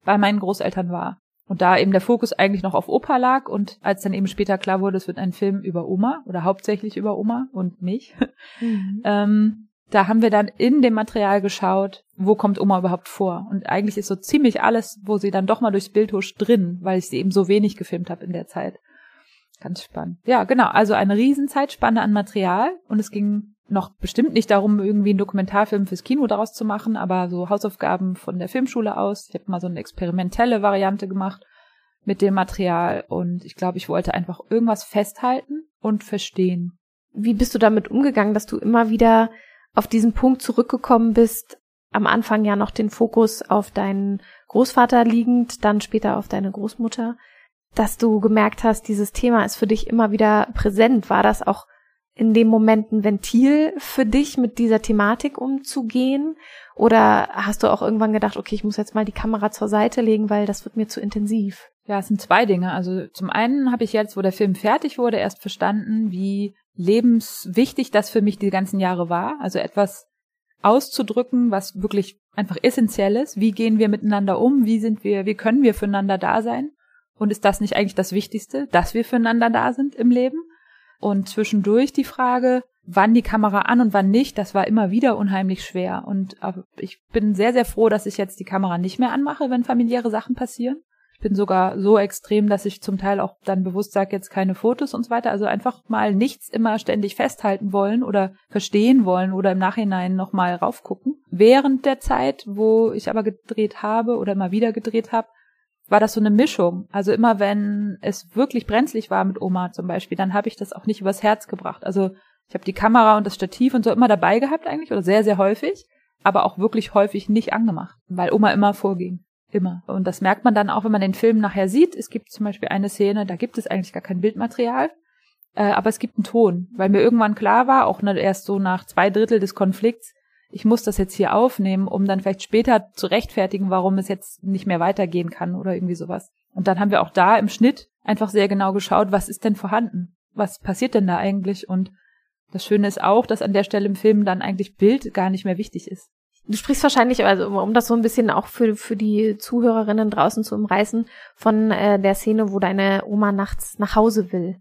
bei meinen Großeltern war. Und da eben der Fokus eigentlich noch auf Opa lag und als dann eben später klar wurde, es wird ein Film über Oma oder hauptsächlich über Oma und mich, mhm. ähm, da haben wir dann in dem Material geschaut, wo kommt Oma überhaupt vor. Und eigentlich ist so ziemlich alles, wo sie dann doch mal durchs Bild huscht, drin, weil ich sie eben so wenig gefilmt habe in der Zeit. Ganz spannend. Ja, genau, also eine riesen Zeitspanne an Material und es ging noch bestimmt nicht darum, irgendwie einen Dokumentarfilm fürs Kino daraus zu machen, aber so Hausaufgaben von der Filmschule aus. Ich habe mal so eine experimentelle Variante gemacht mit dem Material und ich glaube, ich wollte einfach irgendwas festhalten und verstehen. Wie bist du damit umgegangen, dass du immer wieder auf diesen Punkt zurückgekommen bist, am Anfang ja noch den Fokus auf deinen Großvater liegend, dann später auf deine Großmutter, dass du gemerkt hast, dieses Thema ist für dich immer wieder präsent. War das auch in dem Moment ein Ventil für dich, mit dieser Thematik umzugehen? Oder hast du auch irgendwann gedacht, okay, ich muss jetzt mal die Kamera zur Seite legen, weil das wird mir zu intensiv? Ja, es sind zwei Dinge. Also zum einen habe ich jetzt, wo der Film fertig wurde, erst verstanden, wie lebenswichtig das für mich die ganzen Jahre war. Also etwas auszudrücken, was wirklich einfach essentiell ist. Wie gehen wir miteinander um? Wie sind wir, wie können wir füreinander da sein? Und ist das nicht eigentlich das Wichtigste, dass wir füreinander da sind im Leben? Und zwischendurch die Frage, wann die Kamera an und wann nicht, das war immer wieder unheimlich schwer. Und ich bin sehr, sehr froh, dass ich jetzt die Kamera nicht mehr anmache, wenn familiäre Sachen passieren. Ich bin sogar so extrem, dass ich zum Teil auch dann bewusst sage, jetzt keine Fotos und so weiter. Also einfach mal nichts immer ständig festhalten wollen oder verstehen wollen oder im Nachhinein nochmal raufgucken. Während der Zeit, wo ich aber gedreht habe oder immer wieder gedreht habe, war das so eine Mischung. Also immer wenn es wirklich brenzlig war mit Oma zum Beispiel, dann habe ich das auch nicht übers Herz gebracht. Also ich habe die Kamera und das Stativ und so immer dabei gehabt eigentlich oder sehr, sehr häufig, aber auch wirklich häufig nicht angemacht, weil Oma immer vorging. Immer. Und das merkt man dann auch, wenn man den Film nachher sieht. Es gibt zum Beispiel eine Szene, da gibt es eigentlich gar kein Bildmaterial, äh, aber es gibt einen Ton, weil mir irgendwann klar war, auch ne, erst so nach zwei Drittel des Konflikts, ich muss das jetzt hier aufnehmen, um dann vielleicht später zu rechtfertigen, warum es jetzt nicht mehr weitergehen kann oder irgendwie sowas. Und dann haben wir auch da im Schnitt einfach sehr genau geschaut, was ist denn vorhanden? Was passiert denn da eigentlich? Und das Schöne ist auch, dass an der Stelle im Film dann eigentlich Bild gar nicht mehr wichtig ist. Du sprichst wahrscheinlich, also um das so ein bisschen auch für für die Zuhörerinnen draußen zu umreißen, von äh, der Szene, wo deine Oma nachts nach Hause will.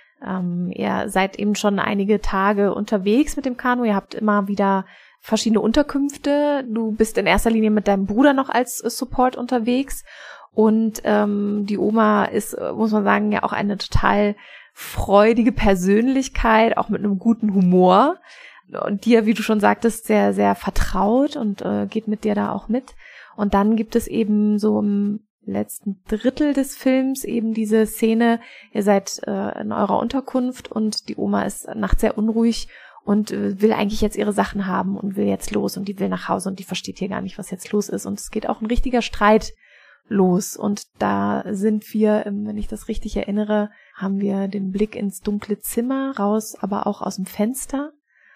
Ähm, ihr seid eben schon einige Tage unterwegs mit dem Kanu, ihr habt immer wieder verschiedene Unterkünfte. Du bist in erster Linie mit deinem Bruder noch als äh, Support unterwegs und ähm, die Oma ist, muss man sagen, ja auch eine total freudige Persönlichkeit, auch mit einem guten Humor. Und dir, wie du schon sagtest, sehr, sehr vertraut und äh, geht mit dir da auch mit. Und dann gibt es eben so im letzten Drittel des Films eben diese Szene, ihr seid äh, in eurer Unterkunft und die Oma ist nachts sehr unruhig und äh, will eigentlich jetzt ihre Sachen haben und will jetzt los und die will nach Hause und die versteht hier gar nicht, was jetzt los ist. Und es geht auch ein richtiger Streit los. Und da sind wir, ähm, wenn ich das richtig erinnere, haben wir den Blick ins dunkle Zimmer raus, aber auch aus dem Fenster.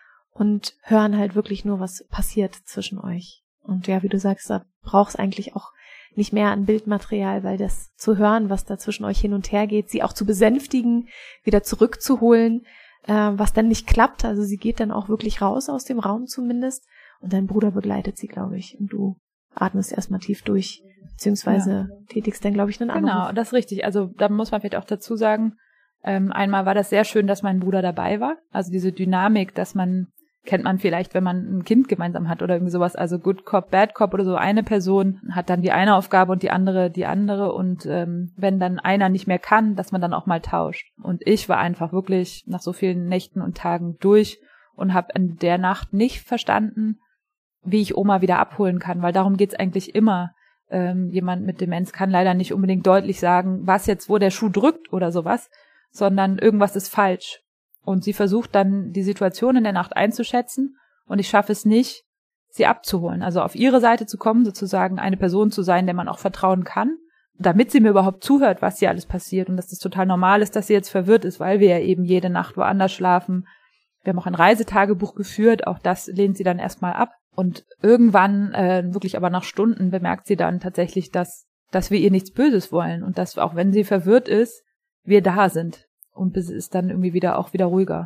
Und hören halt wirklich nur, was passiert zwischen euch. Und ja, wie du sagst, da brauchst eigentlich auch nicht mehr an Bildmaterial, weil das zu hören, was da zwischen euch hin und her geht, sie auch zu besänftigen, wieder zurückzuholen, äh, was dann nicht klappt. Also sie geht dann auch wirklich raus aus dem Raum zumindest. Und dein Bruder begleitet sie, glaube ich. Und du atmest erstmal tief durch, beziehungsweise ja. tätigst dann, glaube ich, einen Anruf. Genau, das ist richtig. Also da muss man vielleicht auch dazu sagen, ähm, einmal war das sehr schön, dass mein Bruder dabei war. Also diese Dynamik, dass man kennt man vielleicht, wenn man ein Kind gemeinsam hat oder irgendwie sowas, also Good Cop, Bad Cop oder so. Eine Person hat dann die eine Aufgabe und die andere die andere und ähm, wenn dann einer nicht mehr kann, dass man dann auch mal tauscht. Und ich war einfach wirklich nach so vielen Nächten und Tagen durch und habe in der Nacht nicht verstanden, wie ich Oma wieder abholen kann, weil darum geht's eigentlich immer. Ähm, jemand mit Demenz kann leider nicht unbedingt deutlich sagen, was jetzt, wo der Schuh drückt oder sowas, sondern irgendwas ist falsch. Und sie versucht dann, die Situation in der Nacht einzuschätzen und ich schaffe es nicht, sie abzuholen. Also auf ihre Seite zu kommen, sozusagen eine Person zu sein, der man auch vertrauen kann, damit sie mir überhaupt zuhört, was hier alles passiert und dass das total normal ist, dass sie jetzt verwirrt ist, weil wir ja eben jede Nacht woanders schlafen. Wir haben auch ein Reisetagebuch geführt, auch das lehnt sie dann erstmal ab. Und irgendwann, äh, wirklich aber nach Stunden, bemerkt sie dann tatsächlich, dass, dass wir ihr nichts Böses wollen und dass, auch wenn sie verwirrt ist, wir da sind. Und es ist dann irgendwie wieder auch wieder ruhiger.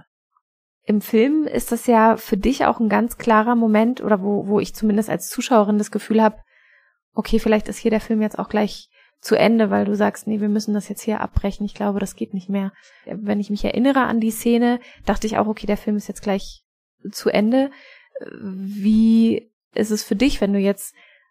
Im Film ist das ja für dich auch ein ganz klarer Moment, oder wo, wo ich zumindest als Zuschauerin das Gefühl habe, okay, vielleicht ist hier der Film jetzt auch gleich zu Ende, weil du sagst, nee, wir müssen das jetzt hier abbrechen. Ich glaube, das geht nicht mehr. Wenn ich mich erinnere an die Szene, dachte ich auch, okay, der Film ist jetzt gleich zu Ende. Wie ist es für dich, wenn du jetzt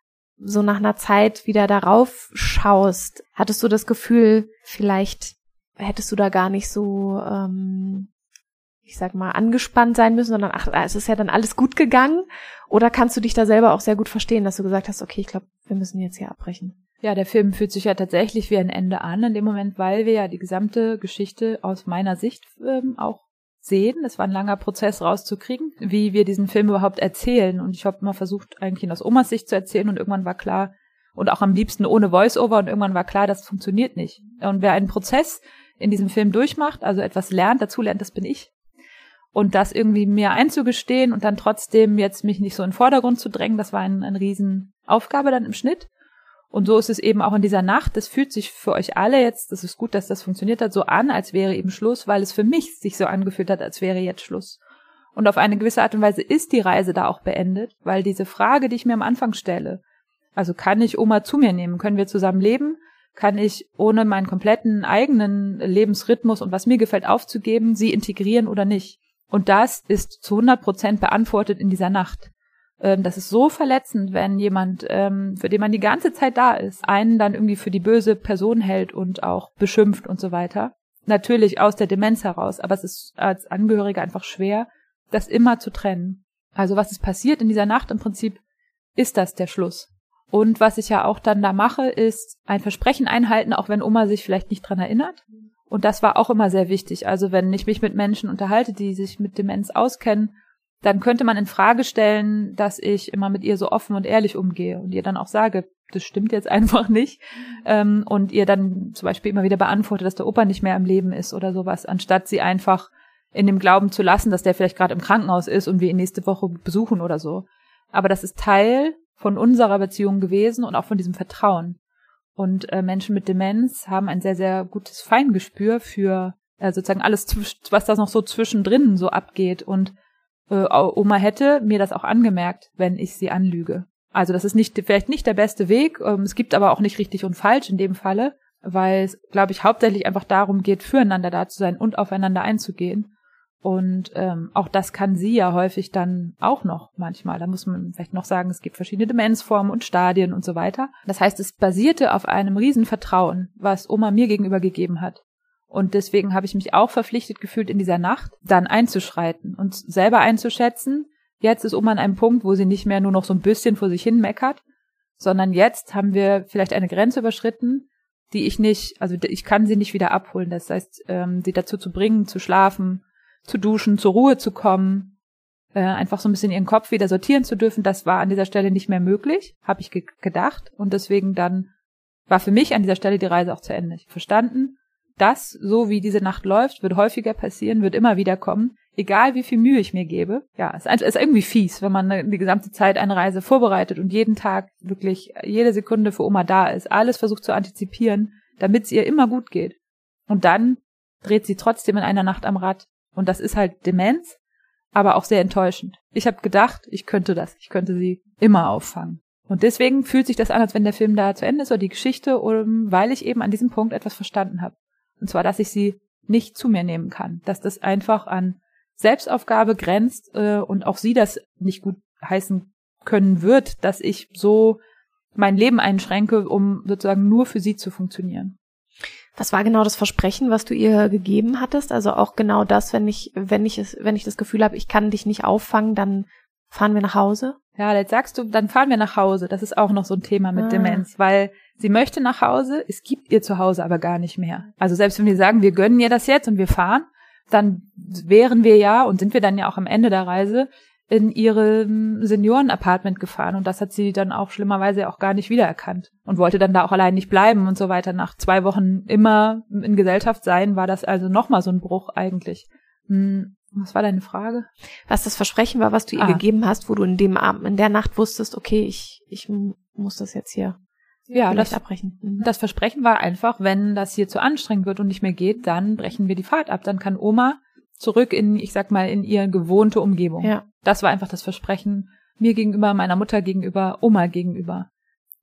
so nach einer Zeit wieder darauf schaust? Hattest du das Gefühl, vielleicht hättest du da gar nicht so, ähm, ich sag mal, angespannt sein müssen, sondern ach, es ist ja dann alles gut gegangen? Oder kannst du dich da selber auch sehr gut verstehen, dass du gesagt hast, okay, ich glaube, wir müssen jetzt hier abbrechen? Ja, der Film fühlt sich ja tatsächlich wie ein Ende an, in dem Moment, weil wir ja die gesamte Geschichte aus meiner Sicht ähm, auch sehen. Es war ein langer Prozess rauszukriegen, wie wir diesen Film überhaupt erzählen. Und ich habe immer versucht, eigentlich ihn aus Omas Sicht zu erzählen und irgendwann war klar, und auch am liebsten ohne Voice-Over, und irgendwann war klar, das funktioniert nicht. Und wer einen Prozess in diesem Film durchmacht, also etwas lernt, dazu lernt, das bin ich. Und das irgendwie mir einzugestehen und dann trotzdem jetzt mich nicht so in den Vordergrund zu drängen, das war ein, eine Riesenaufgabe dann im Schnitt. Und so ist es eben auch in dieser Nacht. Das fühlt sich für euch alle jetzt, das ist gut, dass das funktioniert hat, so an, als wäre eben Schluss, weil es für mich sich so angefühlt hat, als wäre jetzt Schluss. Und auf eine gewisse Art und Weise ist die Reise da auch beendet, weil diese Frage, die ich mir am Anfang stelle, also kann ich Oma zu mir nehmen, können wir zusammen leben, kann ich ohne meinen kompletten eigenen Lebensrhythmus und was mir gefällt aufzugeben, sie integrieren oder nicht? Und das ist zu hundert Prozent beantwortet in dieser Nacht. Das ist so verletzend, wenn jemand, für den man die ganze Zeit da ist, einen dann irgendwie für die böse Person hält und auch beschimpft und so weiter. Natürlich aus der Demenz heraus, aber es ist als Angehörige einfach schwer, das immer zu trennen. Also was ist passiert in dieser Nacht im Prinzip, ist das der Schluss. Und was ich ja auch dann da mache, ist ein Versprechen einhalten, auch wenn Oma sich vielleicht nicht dran erinnert. Und das war auch immer sehr wichtig. Also wenn ich mich mit Menschen unterhalte, die sich mit Demenz auskennen, dann könnte man in Frage stellen, dass ich immer mit ihr so offen und ehrlich umgehe und ihr dann auch sage, das stimmt jetzt einfach nicht. Ähm, und ihr dann zum Beispiel immer wieder beantworte, dass der Opa nicht mehr im Leben ist oder sowas, anstatt sie einfach in dem Glauben zu lassen, dass der vielleicht gerade im Krankenhaus ist und wir ihn nächste Woche besuchen oder so. Aber das ist Teil von unserer Beziehung gewesen und auch von diesem Vertrauen. Und äh, Menschen mit Demenz haben ein sehr, sehr gutes Feingespür für äh, sozusagen alles, was da noch so zwischendrin so abgeht. Und äh, Oma hätte mir das auch angemerkt, wenn ich sie anlüge. Also das ist nicht vielleicht nicht der beste Weg. Ähm, es gibt aber auch nicht richtig und falsch in dem Falle, weil es, glaube ich, hauptsächlich einfach darum geht, füreinander da zu sein und aufeinander einzugehen. Und ähm, auch das kann sie ja häufig dann auch noch manchmal. Da muss man vielleicht noch sagen, es gibt verschiedene Demenzformen und Stadien und so weiter. Das heißt, es basierte auf einem riesen Vertrauen, was Oma mir gegenüber gegeben hat. Und deswegen habe ich mich auch verpflichtet gefühlt, in dieser Nacht dann einzuschreiten und selber einzuschätzen. Jetzt ist Oma an einem Punkt, wo sie nicht mehr nur noch so ein bisschen vor sich hin meckert, sondern jetzt haben wir vielleicht eine Grenze überschritten, die ich nicht, also ich kann sie nicht wieder abholen. Das heißt, ähm, sie dazu zu bringen, zu schlafen, zu duschen, zur Ruhe zu kommen, äh, einfach so ein bisschen ihren Kopf wieder sortieren zu dürfen, das war an dieser Stelle nicht mehr möglich, habe ich ge- gedacht. Und deswegen dann war für mich an dieser Stelle die Reise auch zu Ende. Ich habe verstanden, das, so wie diese Nacht läuft, wird häufiger passieren, wird immer wieder kommen, egal wie viel Mühe ich mir gebe. Ja, es ist irgendwie fies, wenn man die gesamte Zeit eine Reise vorbereitet und jeden Tag wirklich jede Sekunde für Oma da ist, alles versucht zu antizipieren, damit es ihr immer gut geht. Und dann dreht sie trotzdem in einer Nacht am Rad. Und das ist halt Demenz, aber auch sehr enttäuschend. Ich habe gedacht, ich könnte das, ich könnte sie immer auffangen. Und deswegen fühlt sich das an, als wenn der Film da zu Ende ist oder die Geschichte, weil ich eben an diesem Punkt etwas verstanden habe. Und zwar, dass ich sie nicht zu mir nehmen kann, dass das einfach an Selbstaufgabe grenzt äh, und auch sie das nicht gut heißen können wird, dass ich so mein Leben einschränke, um sozusagen nur für sie zu funktionieren. Was war genau das Versprechen, was du ihr gegeben hattest? Also auch genau das, wenn ich, wenn ich es, wenn ich das Gefühl habe, ich kann dich nicht auffangen, dann fahren wir nach Hause? Ja, jetzt sagst du, dann fahren wir nach Hause. Das ist auch noch so ein Thema mit ah. Demenz, weil sie möchte nach Hause, es gibt ihr zu Hause aber gar nicht mehr. Also selbst wenn wir sagen, wir gönnen ihr das jetzt und wir fahren, dann wären wir ja und sind wir dann ja auch am Ende der Reise in ihrem Senioren-Apartment gefahren und das hat sie dann auch schlimmerweise auch gar nicht wiedererkannt und wollte dann da auch allein nicht bleiben und so weiter. Nach zwei Wochen immer in Gesellschaft sein, war das also nochmal so ein Bruch eigentlich. Hm, was war deine Frage? Was das Versprechen war, was du ihr ah. gegeben hast, wo du in dem Abend, in der Nacht wusstest, okay, ich ich muss das jetzt hier ja, vielleicht das, abbrechen. Mhm. Das Versprechen war einfach, wenn das hier zu anstrengend wird und nicht mehr geht, dann brechen wir die Fahrt ab. Dann kann Oma zurück in, ich sag mal, in ihre gewohnte Umgebung. Ja. Das war einfach das Versprechen mir gegenüber, meiner Mutter gegenüber, Oma gegenüber.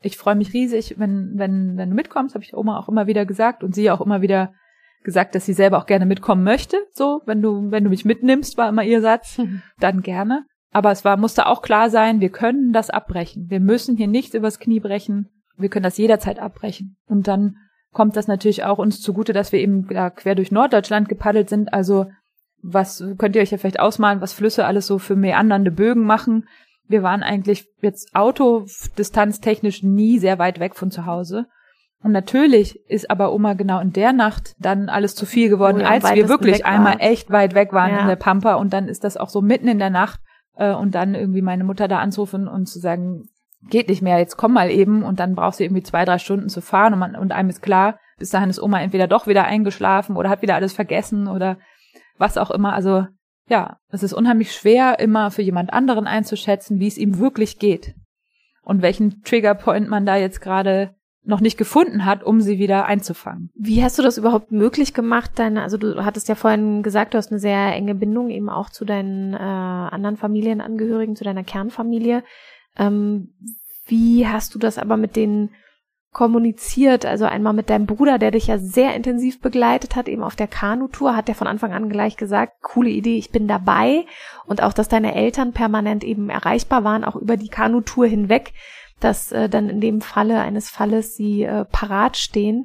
ich freue mich riesig, wenn wenn wenn du mitkommst, habe ich Oma auch immer wieder gesagt und sie auch immer wieder gesagt, dass sie selber auch gerne mitkommen möchte. So, wenn du wenn du mich mitnimmst, war immer ihr Satz, mhm. dann gerne. Aber es war musste auch klar sein, wir können das abbrechen. Wir müssen hier nichts übers Knie brechen. Wir können das jederzeit abbrechen. Und dann kommt das natürlich auch uns zugute, dass wir eben ja, quer durch Norddeutschland gepaddelt sind. Also was könnt ihr euch ja vielleicht ausmalen, was Flüsse alles so für meandernde Bögen machen. Wir waren eigentlich jetzt autodistanztechnisch nie sehr weit weg von zu Hause. Und natürlich ist aber Oma genau in der Nacht dann alles zu viel geworden, oh ja, als wir wirklich einmal echt weit weg waren ja. in der Pampa. Und dann ist das auch so mitten in der Nacht. Äh, und dann irgendwie meine Mutter da anzurufen und zu sagen, geht nicht mehr, jetzt komm mal eben. Und dann brauchst du irgendwie zwei, drei Stunden zu fahren. Und, man, und einem ist klar, bis dahin ist Oma entweder doch wieder eingeschlafen oder hat wieder alles vergessen oder was auch immer. Also ja, es ist unheimlich schwer, immer für jemand anderen einzuschätzen, wie es ihm wirklich geht. Und welchen Triggerpoint man da jetzt gerade noch nicht gefunden hat, um sie wieder einzufangen. Wie hast du das überhaupt möglich gemacht? Deine, also du hattest ja vorhin gesagt, du hast eine sehr enge Bindung eben auch zu deinen äh, anderen Familienangehörigen, zu deiner Kernfamilie. Ähm, wie hast du das aber mit denen kommuniziert? Also einmal mit deinem Bruder, der dich ja sehr intensiv begleitet hat, eben auf der Kanutour, hat der von Anfang an gleich gesagt, coole Idee, ich bin dabei. Und auch, dass deine Eltern permanent eben erreichbar waren, auch über die Kanutour hinweg, dass äh, dann in dem Falle eines Falles sie äh, parat stehen.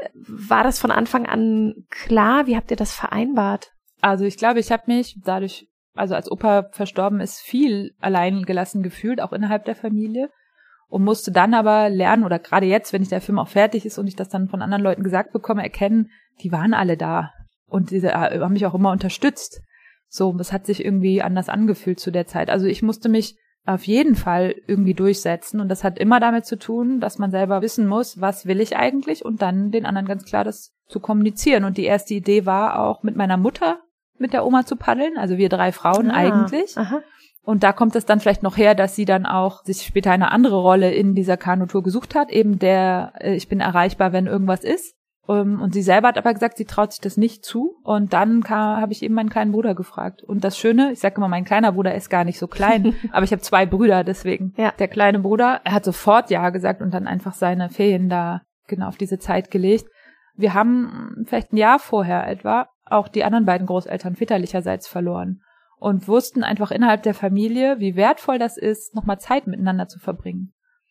War das von Anfang an klar? Wie habt ihr das vereinbart? Also ich glaube, ich habe mich dadurch, also als Opa verstorben ist, viel allein gelassen gefühlt, auch innerhalb der Familie. Und musste dann aber lernen, oder gerade jetzt, wenn ich der Film auch fertig ist und ich das dann von anderen Leuten gesagt bekomme, erkennen, die waren alle da. Und die haben mich auch immer unterstützt. So, das hat sich irgendwie anders angefühlt zu der Zeit. Also ich musste mich auf jeden Fall irgendwie durchsetzen. Und das hat immer damit zu tun, dass man selber wissen muss, was will ich eigentlich, und dann den anderen ganz klar das zu kommunizieren. Und die erste Idee war auch, mit meiner Mutter, mit der Oma zu paddeln, also wir drei Frauen ah, eigentlich. Aha. Und da kommt es dann vielleicht noch her, dass sie dann auch sich später eine andere Rolle in dieser Kanutour gesucht hat, eben der, ich bin erreichbar, wenn irgendwas ist. Und sie selber hat aber gesagt, sie traut sich das nicht zu. Und dann habe ich eben meinen kleinen Bruder gefragt. Und das Schöne, ich sage immer, mein kleiner Bruder ist gar nicht so klein, aber ich habe zwei Brüder, deswegen. Ja. Der kleine Bruder, er hat sofort ja gesagt und dann einfach seine Ferien da genau auf diese Zeit gelegt. Wir haben vielleicht ein Jahr vorher etwa auch die anderen beiden Großeltern väterlicherseits verloren und wussten einfach innerhalb der Familie, wie wertvoll das ist, nochmal Zeit miteinander zu verbringen.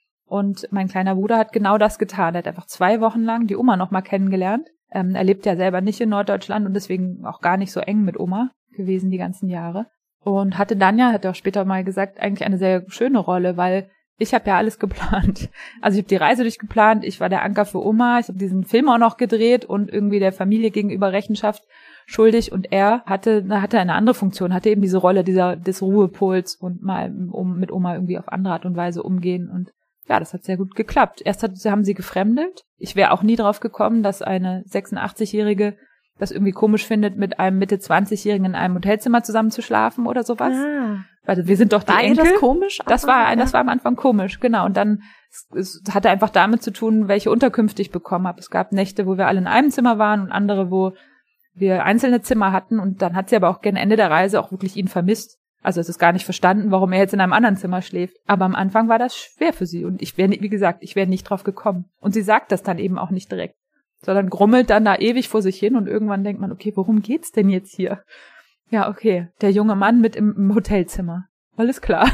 Und mein kleiner Bruder hat genau das getan. Er hat einfach zwei Wochen lang die Oma nochmal kennengelernt. Ähm, er lebt ja selber nicht in Norddeutschland und deswegen auch gar nicht so eng mit Oma gewesen die ganzen Jahre. Und hatte dann ja, hat er auch später mal gesagt, eigentlich eine sehr schöne Rolle, weil ich habe ja alles geplant. Also ich habe die Reise durchgeplant, ich war der Anker für Oma, ich habe diesen Film auch noch gedreht und irgendwie der Familie gegenüber Rechenschaft schuldig. Und er hatte hatte eine andere Funktion, hatte eben diese Rolle dieser des Ruhepols und mal um mit Oma irgendwie auf andere Art und Weise umgehen. Und ja, das hat sehr gut geklappt. Erst hat, haben sie gefremdet. Ich wäre auch nie drauf gekommen, dass eine sechsundachtzigjährige das irgendwie komisch findet, mit einem Mitte-zwanzigjährigen in einem Hotelzimmer zusammen zu schlafen oder sowas. Ah. Weil wir sind doch die war Enkel. War das komisch? Das war, ja. das war am Anfang komisch, genau. Und dann, es hatte einfach damit zu tun, welche Unterkünfte ich bekommen habe. Es gab Nächte, wo wir alle in einem Zimmer waren und andere, wo wir einzelne Zimmer hatten. Und dann hat sie aber auch gegen Ende der Reise auch wirklich ihn vermisst. Also es ist gar nicht verstanden, warum er jetzt in einem anderen Zimmer schläft. Aber am Anfang war das schwer für sie. Und ich wäre, wie gesagt, ich wäre nicht drauf gekommen. Und sie sagt das dann eben auch nicht direkt, sondern grummelt dann da ewig vor sich hin. Und irgendwann denkt man, okay, worum geht's denn jetzt hier? Ja, okay, der junge Mann mit im, im Hotelzimmer. Alles klar.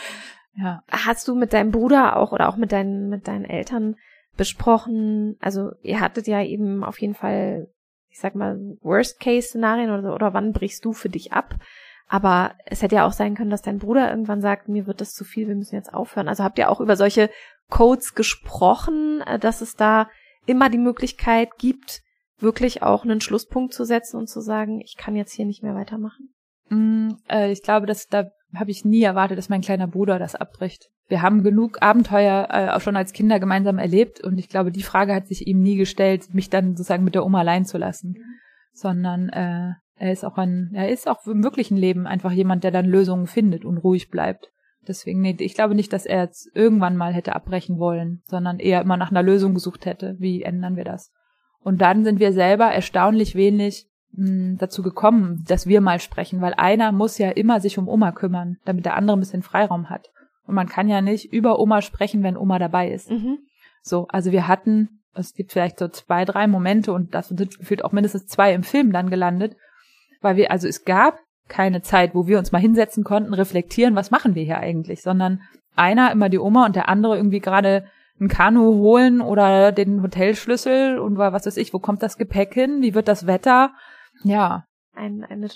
Ja. Hast du mit deinem Bruder auch oder auch mit deinen, mit deinen Eltern besprochen, also ihr hattet ja eben auf jeden Fall, ich sag mal, Worst-Case-Szenarien oder, oder wann brichst du für dich ab? Aber es hätte ja auch sein können, dass dein Bruder irgendwann sagt, mir wird das zu viel, wir müssen jetzt aufhören. Also habt ihr auch über solche Codes gesprochen, dass es da immer die Möglichkeit gibt, wirklich auch einen Schlusspunkt zu setzen und zu sagen, ich kann jetzt hier nicht mehr weitermachen? Mm, äh, ich glaube, dass da habe ich nie erwartet, dass mein kleiner Bruder das abbricht. Wir haben genug Abenteuer äh, auch schon als Kinder gemeinsam erlebt und ich glaube, die Frage hat sich ihm nie gestellt, mich dann sozusagen mit der Oma allein zu lassen, mhm. sondern äh, er ist auch ein, er ist auch im wirklichen Leben einfach jemand, der dann Lösungen findet und ruhig bleibt. Deswegen, nee, ich glaube nicht, dass er jetzt irgendwann mal hätte abbrechen wollen, sondern eher immer nach einer Lösung gesucht hätte. Wie ändern wir das? Und dann sind wir selber erstaunlich wenig mh, dazu gekommen, dass wir mal sprechen, weil einer muss ja immer sich um Oma kümmern, damit der andere ein bisschen Freiraum hat. Und man kann ja nicht über Oma sprechen, wenn Oma dabei ist. Mhm. So, also wir hatten, es gibt vielleicht so zwei, drei Momente und das sind gefühlt auch mindestens zwei im Film dann gelandet, weil wir, also es gab keine Zeit, wo wir uns mal hinsetzen konnten, reflektieren, was machen wir hier eigentlich, sondern einer immer die Oma und der andere irgendwie gerade ein Kanu holen oder den Hotelschlüssel und was weiß ich, wo kommt das Gepäck hin, wie wird das Wetter, ja. Ein, eine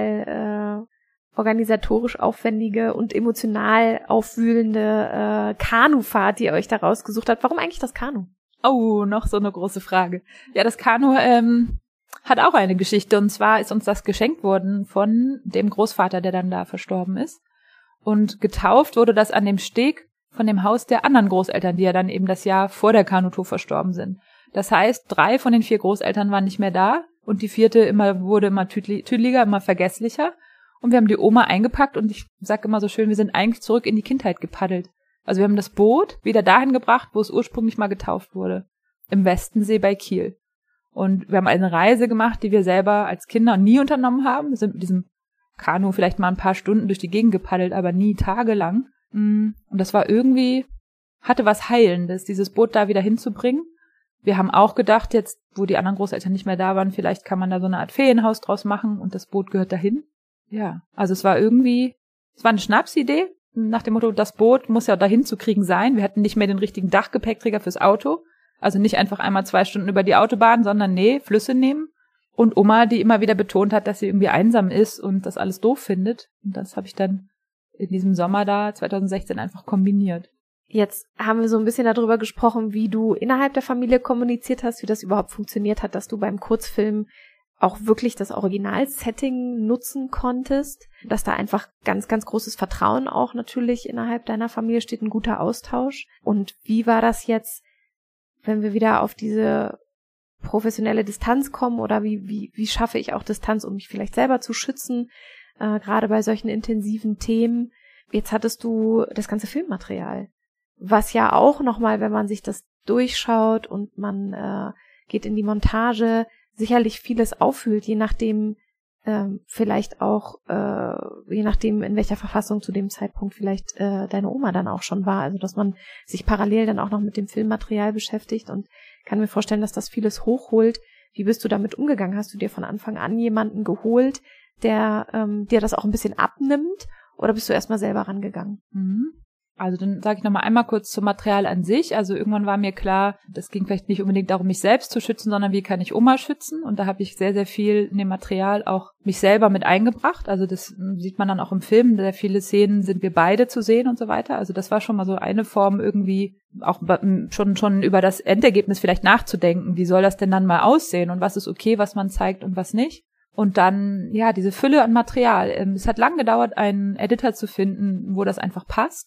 total äh, organisatorisch aufwendige und emotional aufwühlende äh, Kanufahrt, die ihr euch da rausgesucht habt. Warum eigentlich das Kanu? Oh, noch so eine große Frage. Ja, das Kanu ähm, hat auch eine Geschichte und zwar ist uns das geschenkt worden von dem Großvater, der dann da verstorben ist. Und getauft wurde das an dem Steg von dem Haus der anderen Großeltern, die ja dann eben das Jahr vor der Kanutour verstorben sind. Das heißt, drei von den vier Großeltern waren nicht mehr da und die vierte immer wurde immer tüdeliger, immer vergesslicher. Und wir haben die Oma eingepackt und ich sag immer so schön, wir sind eigentlich zurück in die Kindheit gepaddelt. Also wir haben das Boot wieder dahin gebracht, wo es ursprünglich mal getauft wurde, im Westensee bei Kiel. Und wir haben eine Reise gemacht, die wir selber als Kinder nie unternommen haben. Wir sind mit diesem Kanu vielleicht mal ein paar Stunden durch die Gegend gepaddelt, aber nie tagelang. Und das war irgendwie, hatte was Heilendes, dieses Boot da wieder hinzubringen. Wir haben auch gedacht, jetzt, wo die anderen Großeltern nicht mehr da waren, vielleicht kann man da so eine Art Ferienhaus draus machen und das Boot gehört dahin. Ja, also es war irgendwie, es war eine Schnapsidee, nach dem Motto, das Boot muss ja dahin zu kriegen sein. Wir hatten nicht mehr den richtigen Dachgepäckträger fürs Auto. Also nicht einfach einmal zwei Stunden über die Autobahn, sondern nee, Flüsse nehmen. Und Oma, die immer wieder betont hat, dass sie irgendwie einsam ist und das alles doof findet. Und das habe ich dann in diesem Sommer da zwanzig sechzehn einfach kombiniert. Jetzt haben wir so ein bisschen darüber gesprochen, wie du innerhalb der Familie kommuniziert hast, wie das überhaupt funktioniert hat, dass du beim Kurzfilm auch wirklich das Original-Setting nutzen konntest, dass da einfach ganz, ganz großes Vertrauen auch natürlich innerhalb deiner Familie steht, ein guter Austausch. Und wie war das jetzt, wenn wir wieder auf diese professionelle Distanz kommen oder wie, wie, wie schaffe ich auch Distanz, um mich vielleicht selber zu schützen, äh, gerade bei solchen intensiven Themen. Jetzt hattest du das ganze Filmmaterial, was ja auch nochmal, wenn man sich das durchschaut und man äh, geht in die Montage, sicherlich vieles auffühlt, je nachdem ähm, vielleicht auch, äh, je nachdem in welcher Verfassung zu dem Zeitpunkt vielleicht äh, deine Oma dann auch schon war. Also dass man sich parallel dann auch noch mit dem Filmmaterial beschäftigt und kann mir vorstellen, dass das vieles hochholt. Wie bist du damit umgegangen? Hast du dir von Anfang an jemanden geholt, der ähm, dir das auch ein bisschen abnimmt oder bist du erstmal selber rangegangen? Mhm. Also dann sage ich nochmal einmal kurz zum Material an sich. Also irgendwann war mir klar, das ging vielleicht nicht unbedingt darum, mich selbst zu schützen, sondern wie kann ich Oma schützen? Und da habe ich sehr, sehr viel in dem Material auch mich selber mit eingebracht. Also das sieht man dann auch im Film. Sehr viele Szenen sind wir beide zu sehen und so weiter. Also das war schon mal so eine Form irgendwie auch schon schon über das Endergebnis vielleicht nachzudenken. Wie soll das denn dann mal aussehen? Und was ist okay, was man zeigt und was nicht? Und dann, ja, diese Fülle an Material. Es hat lang gedauert, einen Editor zu finden, wo das einfach passt.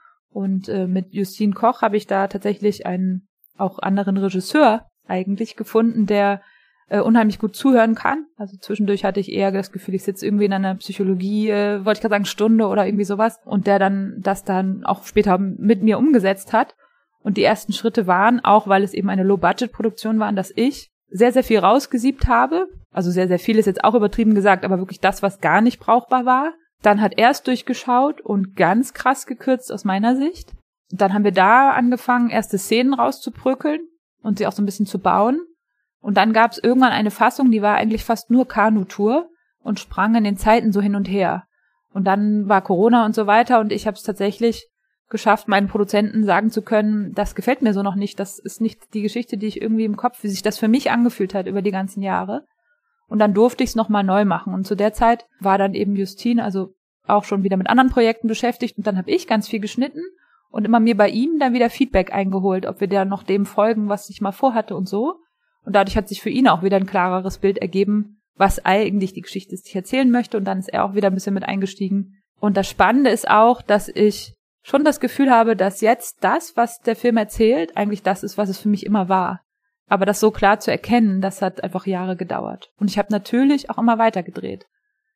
Und äh, mit Justine Koch habe ich da tatsächlich einen auch anderen Regisseur eigentlich gefunden, der äh, unheimlich gut zuhören kann. Also zwischendurch hatte ich eher das Gefühl, ich sitze irgendwie in einer Psychologie, äh, wollte ich gerade sagen, Stunde oder irgendwie sowas. Und der dann das dann auch später mit mir umgesetzt hat. Und die ersten Schritte waren, auch weil es eben eine Low-Budget-Produktion war, dass ich sehr, sehr viel rausgesiebt habe. Also sehr, sehr viel ist jetzt auch übertrieben gesagt, aber wirklich das, was gar nicht brauchbar war. Dann hat er es durchgeschaut und ganz krass gekürzt aus meiner Sicht. Dann haben wir da angefangen, erste Szenen rauszubröckeln und sie auch so ein bisschen zu bauen. Und dann gab es irgendwann eine Fassung, die war eigentlich fast nur Kanutour und sprang in den Zeiten so hin und her. Und dann war Corona und so weiter und ich habe es tatsächlich geschafft, meinen Produzenten sagen zu können, das gefällt mir so noch nicht, das ist nicht die Geschichte, die ich irgendwie im Kopf, wie sich das für mich angefühlt hat über die ganzen Jahre. Und dann durfte ich es nochmal neu machen. Und zu der Zeit war dann eben Justine, also auch schon wieder mit anderen Projekten beschäftigt. Und dann habe ich ganz viel geschnitten und immer mir bei ihm dann wieder Feedback eingeholt, ob wir da noch dem folgen, was ich mal vorhatte und so. Und dadurch hat sich für ihn auch wieder ein klareres Bild ergeben, was eigentlich die Geschichte ist, die ich erzählen möchte. Und dann ist er auch wieder ein bisschen mit eingestiegen. Und das Spannende ist auch, dass ich schon das Gefühl habe, dass jetzt das, was der Film erzählt, eigentlich das ist, was es für mich immer war. Aber das so klar zu erkennen, das hat einfach Jahre gedauert. Und ich habe natürlich auch immer weiter gedreht.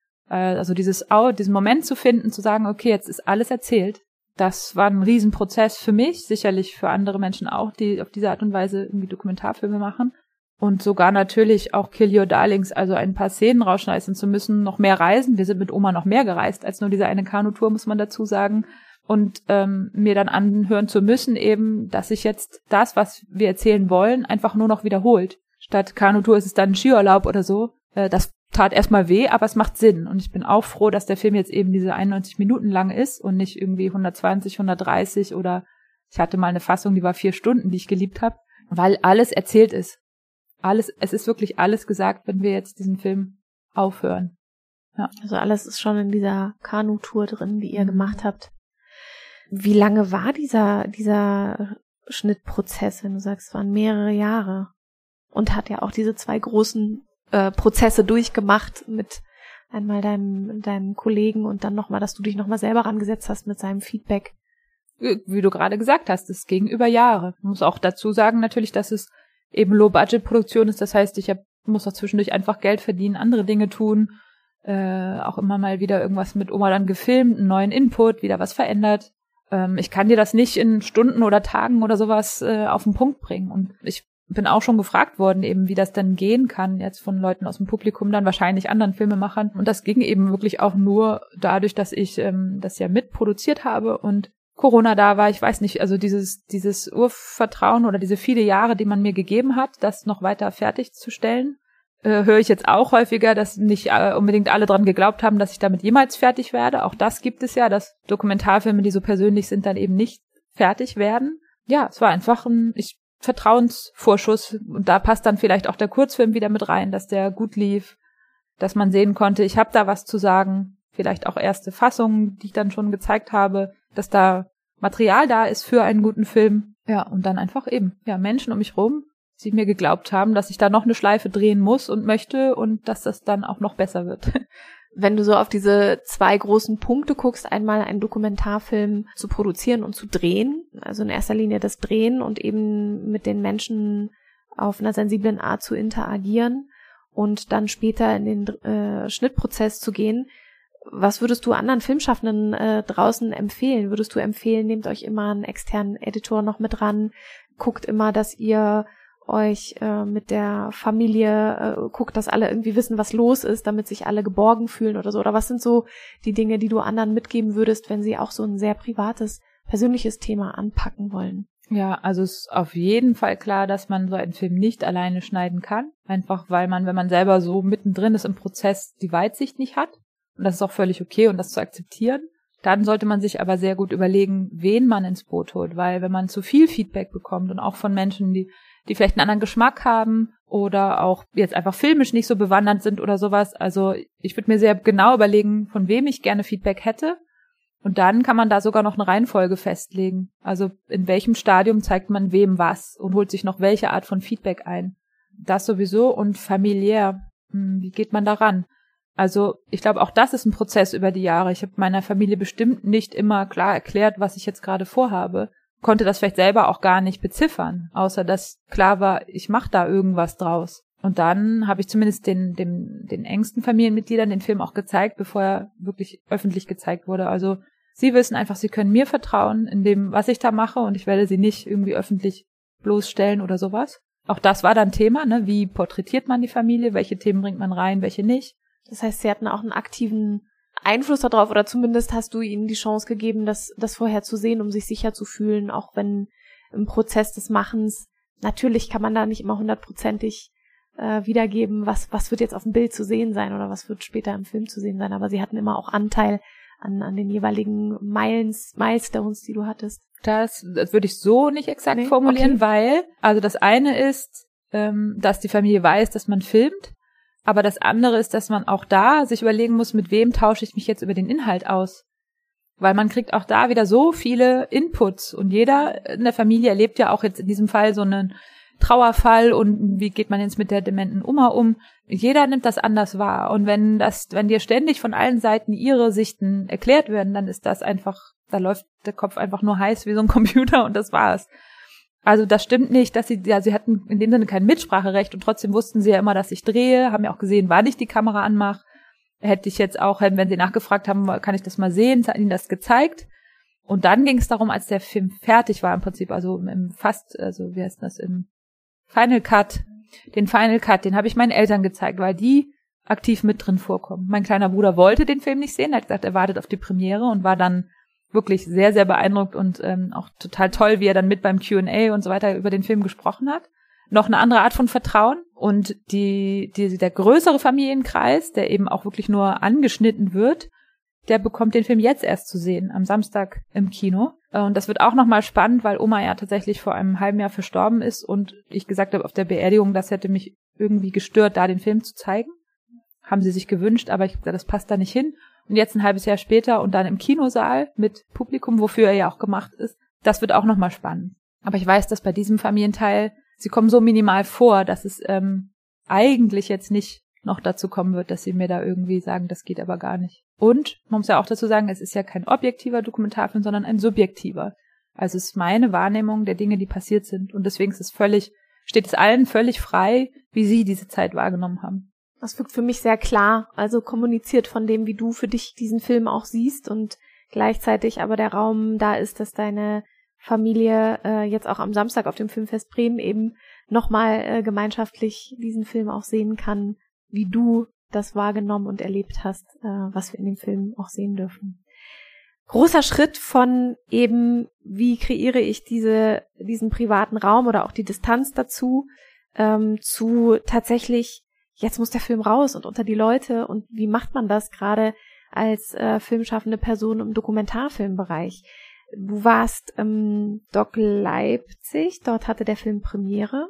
Also dieses, diesen Moment zu finden, zu sagen, okay, jetzt ist alles erzählt, das war ein Riesenprozess für mich, sicherlich für andere Menschen auch, die auf diese Art und Weise irgendwie Dokumentarfilme machen. Und sogar natürlich auch Kill Your Darlings, also ein paar Szenen rausschneiden zu müssen, noch mehr reisen. Wir sind mit Oma noch mehr gereist als nur diese eine Kanutour, muss man dazu sagen. und ähm, mir dann anhören zu müssen eben, dass sich jetzt das, was wir erzählen wollen, einfach nur noch wiederholt. Statt Kanutour ist es dann Skiurlaub oder so. Äh, das tat erstmal weh, aber es macht Sinn. Und ich bin auch froh, dass der Film jetzt eben diese einundneunzig Minuten lang ist und nicht irgendwie hundertzwanzig, hundertdreißig oder ich hatte mal eine Fassung, die war vier Stunden, die ich geliebt habe, weil alles erzählt ist. Alles, es ist wirklich alles gesagt, wenn wir jetzt diesen Film aufhören. Ja. Also alles ist schon in dieser Kanutour drin, die ihr gemacht habt. Wie lange war dieser, dieser Schnittprozess, wenn du sagst, es waren mehrere Jahre? Und hat ja auch diese zwei großen äh, Prozesse durchgemacht mit einmal deinem, deinem Kollegen und dann nochmal, dass du dich nochmal selber rangesetzt hast mit seinem Feedback. Wie du gerade gesagt hast, es ging über Jahre. Ich muss auch dazu sagen natürlich, dass es eben Low-Budget-Produktion ist. Das heißt, ich hab, muss auch zwischendurch einfach Geld verdienen, andere Dinge tun. Äh, auch immer mal wieder irgendwas mit Oma dann gefilmt, einen neuen Input, wieder was verändert. Ähm, ich kann dir das nicht in Stunden oder Tagen oder sowas äh, auf den Punkt bringen. Und ich bin auch schon gefragt worden, eben wie das dann gehen kann, jetzt von Leuten aus dem Publikum, dann wahrscheinlich anderen Filmemachern. Und das ging eben wirklich auch nur dadurch, dass ich ähm, das ja mitproduziert habe und Corona da war. Ich weiß nicht, also dieses dieses Urvertrauen oder diese viele Jahre, die man mir gegeben hat, das noch weiter fertigzustellen, äh, höre ich jetzt auch häufiger, dass nicht äh, unbedingt alle dran geglaubt haben, dass ich damit jemals fertig werde. Auch das gibt es ja, dass Dokumentarfilme, die so persönlich sind, dann eben nicht fertig werden. Ja, es war einfach ein ich, Vertrauensvorschuss und da passt dann vielleicht auch der Kurzfilm wieder mit rein, dass der gut lief, dass man sehen konnte, ich habe da was zu sagen, vielleicht auch erste Fassungen, die ich dann schon gezeigt habe, dass da Material da ist für einen guten Film. Ja, und dann einfach eben, ja, Menschen um mich rum, die mir geglaubt haben, dass ich da noch eine Schleife drehen muss und möchte und dass das dann auch noch besser wird. Wenn du so auf diese zwei großen Punkte guckst, einmal einen Dokumentarfilm zu produzieren und zu drehen, also in erster Linie das Drehen und eben mit den Menschen auf einer sensiblen Art zu interagieren und dann später in den äh, Schnittprozess zu gehen, was würdest du anderen Filmschaffenden äh, draußen empfehlen? Würdest du empfehlen, nehmt euch immer einen externen Editor noch mit ran, guckt immer, dass ihr euch äh, mit der Familie äh, guckt, dass alle irgendwie wissen, was los ist, damit sich alle geborgen fühlen oder so? Oder was sind so die Dinge, die du anderen mitgeben würdest, wenn sie auch so ein sehr privates, persönliches Thema anpacken wollen? Ja, also es ist auf jeden Fall klar, dass man so einen Film nicht alleine schneiden kann. Einfach weil man, wenn man selber so mittendrin ist im Prozess, die Weitsicht nicht hat. Und das ist auch völlig okay und das zu akzeptieren. Dann sollte man sich aber sehr gut überlegen, wen man ins Boot holt. Weil wenn man zu viel Feedback bekommt und auch von Menschen, die die vielleicht einen anderen Geschmack haben oder auch jetzt einfach filmisch nicht so bewandert sind oder sowas. Also ich würde mir sehr genau überlegen, von wem ich gerne Feedback hätte. Und dann kann man da sogar noch eine Reihenfolge festlegen. Also in welchem Stadium zeigt man wem was und holt sich noch welche Art von Feedback ein. Das sowieso und familiär. Wie geht man da ran? Also ich glaube, auch das ist ein Prozess über die Jahre. Ich habe meiner Familie bestimmt nicht immer klar erklärt, was ich jetzt gerade vorhabe. Konnte das vielleicht selber auch gar nicht beziffern, außer dass klar war, ich mache da irgendwas draus. Und dann habe ich zumindest den, den, den engsten Familienmitgliedern den Film auch gezeigt, bevor er wirklich öffentlich gezeigt wurde. Also sie wissen einfach, sie können mir vertrauen in dem, was ich da mache und ich werde sie nicht irgendwie öffentlich bloßstellen oder sowas. Auch das war dann Thema, ne? Wie porträtiert man die Familie, welche Themen bringt man rein, welche nicht. Das heißt, sie hatten auch einen aktiven Einfluss darauf oder zumindest hast du ihnen die Chance gegeben, das, das vorher zu sehen, um sich sicher zu fühlen, auch wenn im Prozess des Machens, natürlich kann man da nicht immer hundertprozentig äh, wiedergeben, was, was wird jetzt auf dem Bild zu sehen sein oder was wird später im Film zu sehen sein, aber sie hatten immer auch Anteil an, an den jeweiligen Miles, Milestones, die du hattest. Das, das würde ich so nicht exakt nee, formulieren, okay. Weil, also das eine ist, ähm, dass die Familie weiß, dass man filmt. Aber das andere ist, dass man auch da sich überlegen muss, mit wem tausche ich mich jetzt über den Inhalt aus. Weil man kriegt auch da wieder so viele Inputs und jeder in der Familie erlebt ja auch jetzt in diesem Fall so einen Trauerfall und wie geht man jetzt mit der dementen Oma um. Jeder nimmt das anders wahr und wenn das, wenn dir ständig von allen Seiten ihre Sichten erklärt werden, dann ist das einfach, da läuft der Kopf einfach nur heiß wie so ein Computer und das war's. Also das stimmt nicht, dass sie, ja, sie hatten in dem Sinne kein Mitspracherecht und trotzdem wussten sie ja immer, dass ich drehe, haben ja auch gesehen, wann ich die Kamera anmache. Hätte ich jetzt auch, wenn sie nachgefragt haben, kann ich das mal sehen, hat ihnen das gezeigt. Und dann ging es darum, als der Film fertig war im Prinzip, also im fast, also wie heißt das, im Final Cut, den Final Cut, den habe ich meinen Eltern gezeigt, weil die aktiv mit drin vorkommen. Mein kleiner Bruder wollte den Film nicht sehen, er hat gesagt, er wartet auf die Premiere und war dann wirklich sehr, sehr beeindruckt und ähm, auch total toll, wie er dann mit beim Q and A und so weiter über den Film gesprochen hat. Noch eine andere Art von Vertrauen und die, die der größere Familienkreis, der eben auch wirklich nur angeschnitten wird, der bekommt den Film jetzt erst zu sehen, am Samstag im Kino. Und das wird auch nochmal spannend, weil Oma ja tatsächlich vor einem halben Jahr verstorben ist und ich gesagt habe auf der Beerdigung, das hätte mich irgendwie gestört, da den Film zu zeigen. Haben sie sich gewünscht, aber ich gesagt, das passt da nicht hin. Und jetzt ein halbes Jahr später und dann im Kinosaal mit Publikum, wofür er ja auch gemacht ist, das wird auch nochmal spannend. Aber ich weiß, dass bei diesem Familienteil, sie kommen so minimal vor, dass es ähm, eigentlich jetzt nicht noch dazu kommen wird, dass sie mir da irgendwie sagen, das geht aber gar nicht. Und man muss ja auch dazu sagen, es ist ja kein objektiver Dokumentarfilm, sondern ein subjektiver. Also es ist meine Wahrnehmung der Dinge, die passiert sind. Und deswegen ist es völlig, steht es allen völlig frei, wie sie diese Zeit wahrgenommen haben. Das wirkt für mich sehr klar, also kommuniziert von dem, wie du für dich diesen Film auch siehst und gleichzeitig aber der Raum da ist, dass deine Familie äh, jetzt auch am Samstag auf dem Filmfest Bremen eben nochmal äh, gemeinschaftlich diesen Film auch sehen kann, wie du das wahrgenommen und erlebt hast, äh, was wir in dem Film auch sehen dürfen. Großer Schritt von eben, wie kreiere ich diese diesen privaten Raum oder auch die Distanz dazu, ähm, zu tatsächlich, jetzt muss der Film raus und unter die Leute und wie macht man das gerade als äh, filmschaffende Person im Dokumentarfilmbereich? Du warst im Doc Leipzig, dort hatte der Film Premiere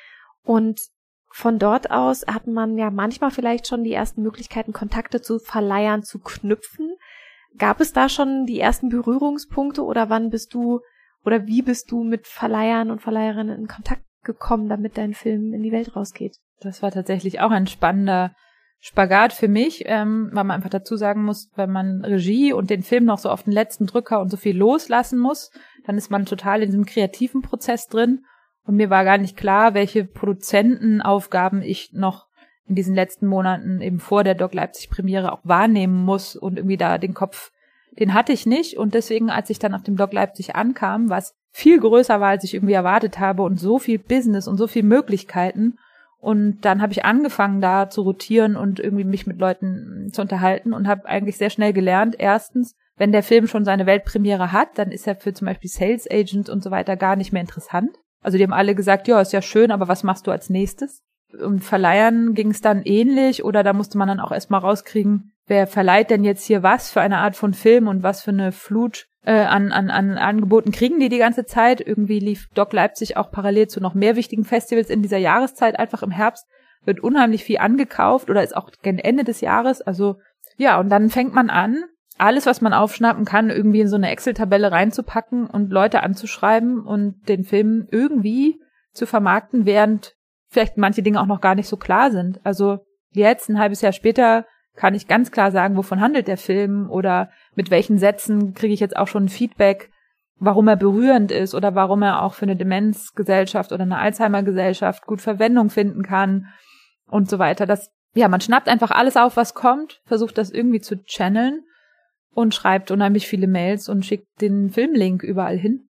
und von dort aus hat man ja manchmal vielleicht schon die ersten Möglichkeiten, Kontakte zu Verleihern zu knüpfen. Gab es da schon die ersten Berührungspunkte oder wann bist du oder wie bist du mit Verleihern und Verleiherinnen in Kontakt gekommen, damit dein Film in die Welt rausgeht? Das war tatsächlich auch ein spannender Spagat für mich, ähm, weil man einfach dazu sagen muss, wenn man Regie und den Film noch so auf den letzten Drücker und so viel loslassen muss, dann ist man total in diesem kreativen Prozess drin. Und mir war gar nicht klar, welche Produzentenaufgaben ich noch in diesen letzten Monaten eben vor der Doc Leipzig Premiere auch wahrnehmen muss und irgendwie da den Kopf, den hatte ich nicht. Und deswegen, als ich dann auf dem Doc Leipzig ankam, was viel größer war, als ich irgendwie erwartet habe und so viel Business und so viel Möglichkeiten. Und dann habe ich angefangen, da zu rotieren und irgendwie mich mit Leuten zu unterhalten und habe eigentlich sehr schnell gelernt, erstens, wenn der Film schon seine Weltpremiere hat, dann ist er für zum Beispiel Sales Agents und so weiter gar nicht mehr interessant. Also die haben alle gesagt, ja, ist ja schön, aber was machst du als nächstes? Und Verleihern ging es dann ähnlich oder da musste man dann auch erstmal rauskriegen, wer verleiht denn jetzt hier was für eine Art von Film und was für eine Flut äh, an, an, an Angeboten kriegen die die ganze Zeit. Irgendwie lief Doc Leipzig auch parallel zu noch mehr wichtigen Festivals in dieser Jahreszeit. Einfach im Herbst wird unheimlich viel angekauft oder ist auch gegen Ende des Jahres. Also ja, und dann fängt man an, alles, was man aufschnappen kann, irgendwie in so eine Excel-Tabelle reinzupacken und Leute anzuschreiben und den Film irgendwie zu vermarkten, während vielleicht manche Dinge auch noch gar nicht so klar sind. Also jetzt, ein halbes Jahr später, kann ich ganz klar sagen, wovon handelt der Film oder mit welchen Sätzen kriege ich jetzt auch schon Feedback, warum er berührend ist oder warum er auch für eine Demenzgesellschaft oder eine Alzheimer-Gesellschaft gut Verwendung finden kann und so weiter. Das, ja, man schnappt einfach alles auf, was kommt, versucht das irgendwie zu channeln und schreibt unheimlich viele Mails und schickt den Filmlink überall hin.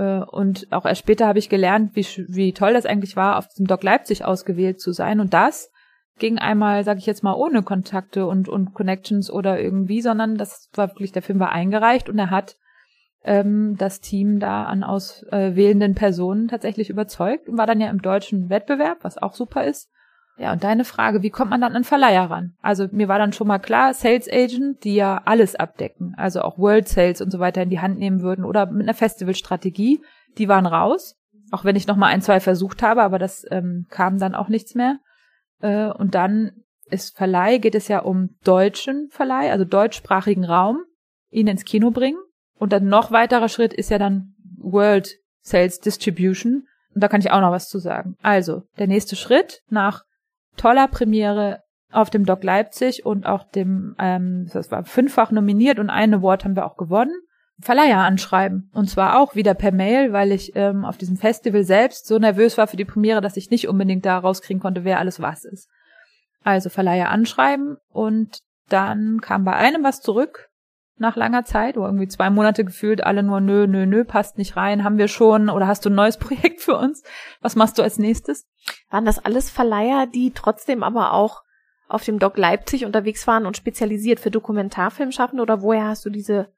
Und auch erst später habe ich gelernt, wie, wie toll das eigentlich war, auf dem Doc Leipzig ausgewählt zu sein. Und das ging einmal, sage ich jetzt mal, ohne Kontakte und, und Connections oder irgendwie, sondern das war wirklich, der Film war eingereicht und er hat ähm, das Team da an auswählenden Personen tatsächlich überzeugt und war dann ja im deutschen Wettbewerb, was auch super ist. Ja, und deine Frage, wie kommt man dann an Verleiher ran? Also mir war dann schon mal klar, Sales Agent, die ja alles abdecken, also auch World Sales und so weiter in die Hand nehmen würden oder mit einer Festivalstrategie, die waren raus, auch wenn ich noch mal ein, zwei versucht habe, aber das ähm, kam dann auch nichts mehr. Äh, und dann ist Verleih, geht es ja um deutschen Verleih, also deutschsprachigen Raum, ihn ins Kino bringen. Und dann noch weiterer Schritt ist ja dann World Sales Distribution. Und da kann ich auch noch was zu sagen. Also, der nächste Schritt nach toller Premiere auf dem Doc Leipzig und auch dem, ähm, das war fünffach nominiert und einen Award haben wir auch gewonnen, Verleiher anschreiben. Und zwar auch wieder per Mail, weil ich ähm, auf diesem Festival selbst so nervös war für die Premiere, dass ich nicht unbedingt da rauskriegen konnte, wer alles was ist. Also Verleiher anschreiben und dann kam bei einem was zurück nach langer Zeit, wo irgendwie zwei Monate gefühlt alle nur nö, nö, nö, passt nicht rein, haben wir schon oder hast du ein neues Projekt für uns? Was machst du als nächstes? Waren das alles Verleiher, die trotzdem aber auch auf dem Doc Leipzig unterwegs waren und spezialisiert für Dokumentarfilm schaffen oder woher hast du diese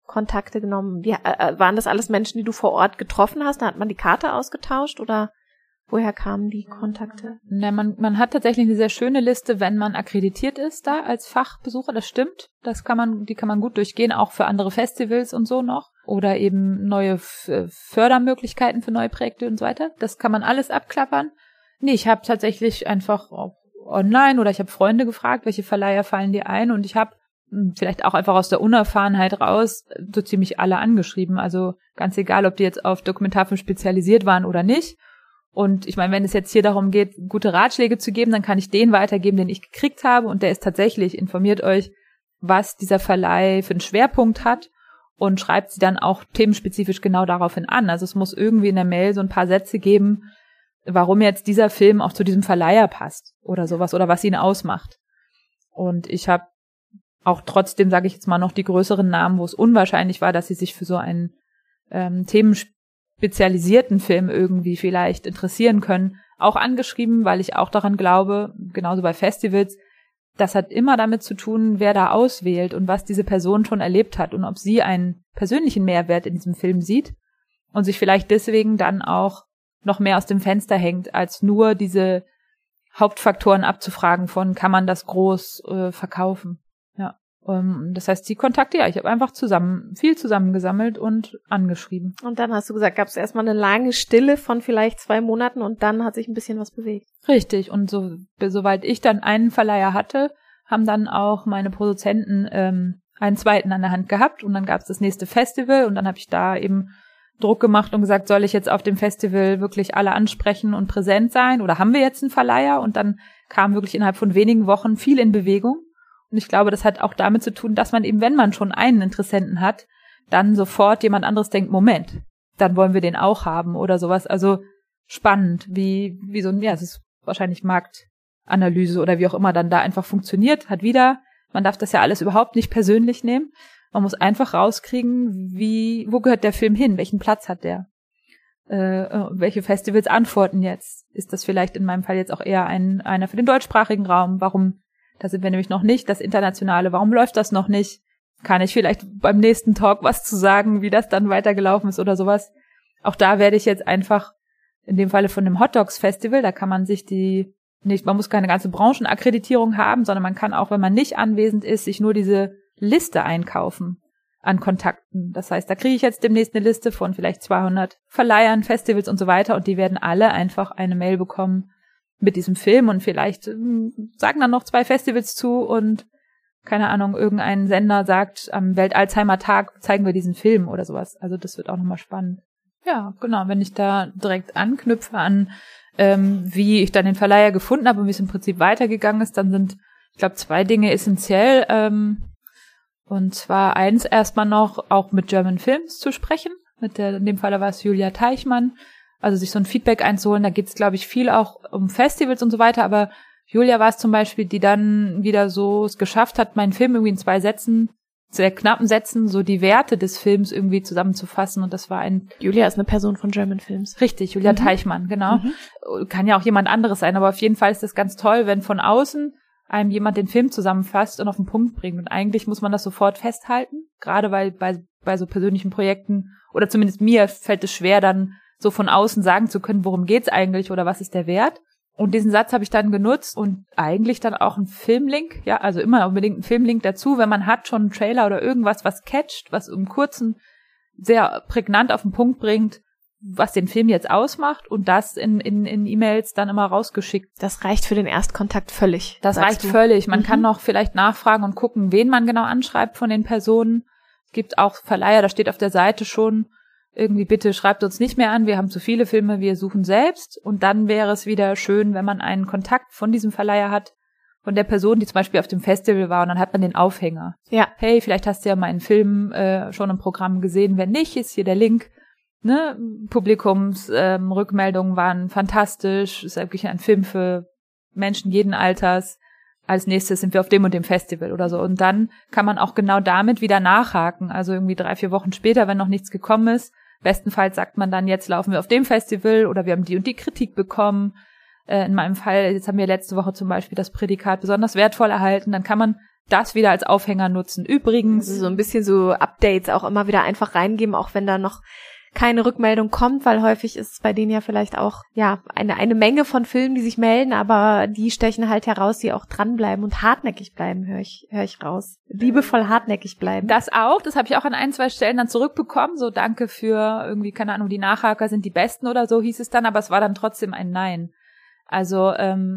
Kontakte genommen? Wie, äh, waren das alles Menschen, die du vor Ort getroffen hast? Da hat man die Karte ausgetauscht oder woher kamen die Kontakte? Na, man, man hat tatsächlich eine sehr schöne Liste, wenn man akkreditiert ist da als Fachbesucher. Das stimmt. Das kann man, die kann man gut durchgehen, auch für andere Festivals und so noch. Oder eben neue F- Fördermöglichkeiten für neue Projekte und so weiter. Das kann man alles abklappern. Nee, ich habe tatsächlich einfach auch online oder ich habe Freunde gefragt, welche Verleiher fallen dir ein, und ich habe vielleicht auch einfach aus der Unerfahrenheit raus so ziemlich alle angeschrieben. Also ganz egal, ob die jetzt auf Dokumentarfilm spezialisiert waren oder nicht. Und ich meine, wenn es jetzt hier darum geht, gute Ratschläge zu geben, dann kann ich den weitergeben, den ich gekriegt habe. Und der ist tatsächlich, informiert euch, was dieser Verleih für einen Schwerpunkt hat und schreibt sie dann auch themenspezifisch genau daraufhin an. Also es muss irgendwie in der Mail so ein paar Sätze geben, warum jetzt dieser Film auch zu diesem Verleiher passt oder sowas oder was ihn ausmacht. Und ich habe auch trotzdem, sage ich jetzt mal, noch die größeren Namen, wo es unwahrscheinlich war, dass sie sich für so einen ähm, themenspezialisierten Film irgendwie vielleicht interessieren können, auch angeschrieben, weil ich auch daran glaube, genauso bei Festivals, das hat immer damit zu tun, wer da auswählt und was diese Person schon erlebt hat und ob sie einen persönlichen Mehrwert in diesem Film sieht und sich vielleicht deswegen dann auch noch mehr aus dem Fenster hängt, als nur diese Hauptfaktoren abzufragen von, kann man das groß äh, verkaufen. Ja, um, das heißt, die Kontakte, ja, ich habe einfach zusammen, viel zusammengesammelt und angeschrieben. Und dann hast du gesagt, gab es erstmal eine lange Stille von vielleicht zwei Monaten und dann hat sich ein bisschen was bewegt. Richtig, und so, soweit ich dann einen Verleiher hatte, haben dann auch meine Produzenten ähm, einen zweiten an der Hand gehabt und dann gab es das nächste Festival und dann habe ich da eben Druck gemacht und gesagt, soll ich jetzt auf dem Festival wirklich alle ansprechen und präsent sein oder haben wir jetzt einen Verleiher? Und dann kam wirklich innerhalb von wenigen Wochen viel in Bewegung. Und ich glaube, das hat auch damit zu tun, dass man eben, wenn man schon einen Interessenten hat, dann sofort jemand anderes denkt, Moment, dann wollen wir den auch haben oder sowas. Also spannend, wie wie so ein, ja, es ist wahrscheinlich Marktanalyse oder wie auch immer dann da einfach funktioniert. Hat wieder, man darf das ja alles überhaupt nicht persönlich nehmen. Man muss einfach rauskriegen, wie, wo gehört der Film hin? Welchen Platz hat der? Äh, welche Festivals antworten jetzt? Ist das vielleicht in meinem Fall jetzt auch eher ein, einer für den deutschsprachigen Raum? Warum? Da sind wir nämlich noch nicht. Das Internationale, warum läuft das noch nicht? Kann ich vielleicht beim nächsten Talk was zu sagen, wie das dann weitergelaufen ist oder sowas? Auch da werde ich jetzt einfach, in dem Falle von dem Hot Dogs Festival, da kann man sich die, nicht, man muss keine ganze Branchenakkreditierung haben, sondern man kann auch, wenn man nicht anwesend ist, sich nur diese Liste einkaufen an Kontakten. Das heißt, da kriege ich jetzt demnächst eine Liste von vielleicht zweihundert Verleihern, Festivals und so weiter und die werden alle einfach eine Mail bekommen mit diesem Film und vielleicht ähm, sagen dann noch zwei Festivals zu und keine Ahnung, irgendein Sender sagt, am Welt-Alzheimer-Tag zeigen wir diesen Film oder sowas. Also das wird auch nochmal spannend. Ja, genau, wenn ich da direkt anknüpfe an, ähm, wie ich dann den Verleiher gefunden habe und wie es im Prinzip weitergegangen ist, dann sind, ich glaube, zwei Dinge essentiell. Ähm, und zwar eins erstmal noch, auch mit German Films zu sprechen. Mit der, in dem Fall war es Julia Teichmann. Also sich so ein Feedback einzuholen. Da geht es, glaube ich, viel auch um Festivals und so weiter. Aber Julia war es zum Beispiel, die dann wieder so es geschafft hat, meinen Film irgendwie in zwei Sätzen, sehr knappen Sätzen, so die Werte des Films irgendwie zusammenzufassen. Und das war ein... Julia ist eine Person von German Films. Richtig, Julia mhm. Teichmann, genau. Mhm. Kann ja auch jemand anderes sein, aber auf jeden Fall ist das ganz toll, wenn von außen einem jemand den Film zusammenfasst und auf den Punkt bringt. Und eigentlich muss man das sofort festhalten, gerade weil bei, bei so persönlichen Projekten, oder zumindest mir fällt es schwer, dann so von außen sagen zu können, worum geht's eigentlich oder was ist der Wert. Und diesen Satz habe ich dann genutzt und eigentlich dann auch einen Filmlink, ja, also immer unbedingt einen Filmlink dazu, wenn man hat schon einen Trailer oder irgendwas, was catcht, was im Kurzen sehr prägnant auf den Punkt bringt, was den Film jetzt ausmacht und das in in, in E-Mails dann immer rausgeschickt. Das reicht für den Erstkontakt völlig. Das reicht du? völlig. Man mhm. kann noch vielleicht nachfragen und gucken, wen man genau anschreibt von den Personen. Es gibt auch Verleiher, da steht auf der Seite schon, irgendwie bitte schreibt uns nicht mehr an, wir haben zu viele Filme, wir suchen selbst. Und dann wäre es wieder schön, wenn man einen Kontakt von diesem Verleiher hat, von der Person, die zum Beispiel auf dem Festival war, und dann hat man den Aufhänger. Ja. Hey, vielleicht hast du ja meinen Film äh, schon im Programm gesehen. Wenn nicht, ist hier der Link. Ne? Publikumsrückmeldungen ähm, waren fantastisch. Ist wirklich ein Film für Menschen jeden Alters. Als nächstes sind wir auf dem und dem Festival oder so. Und dann kann man auch genau damit wieder nachhaken. Also irgendwie drei, vier Wochen später, wenn noch nichts gekommen ist. Bestenfalls sagt man dann, jetzt laufen wir auf dem Festival oder wir haben die und die Kritik bekommen. äh, in meinem Fall, jetzt haben wir letzte Woche zum Beispiel das Prädikat besonders wertvoll erhalten, dann kann man das wieder als Aufhänger nutzen. Übrigens. Also so ein bisschen so Updates auch immer wieder einfach reingeben, auch wenn da noch keine Rückmeldung kommt, weil häufig ist es bei denen ja vielleicht auch, ja, eine, eine Menge von Filmen, die sich melden, aber die stechen halt heraus, die auch dranbleiben und hartnäckig bleiben, höre ich, höre ich raus. Liebevoll hartnäckig bleiben. Das auch, das habe ich auch an ein, zwei Stellen dann zurückbekommen, so danke für irgendwie, keine Ahnung, die Nachhaker sind die Besten oder so hieß es dann, aber es war dann trotzdem ein Nein. Also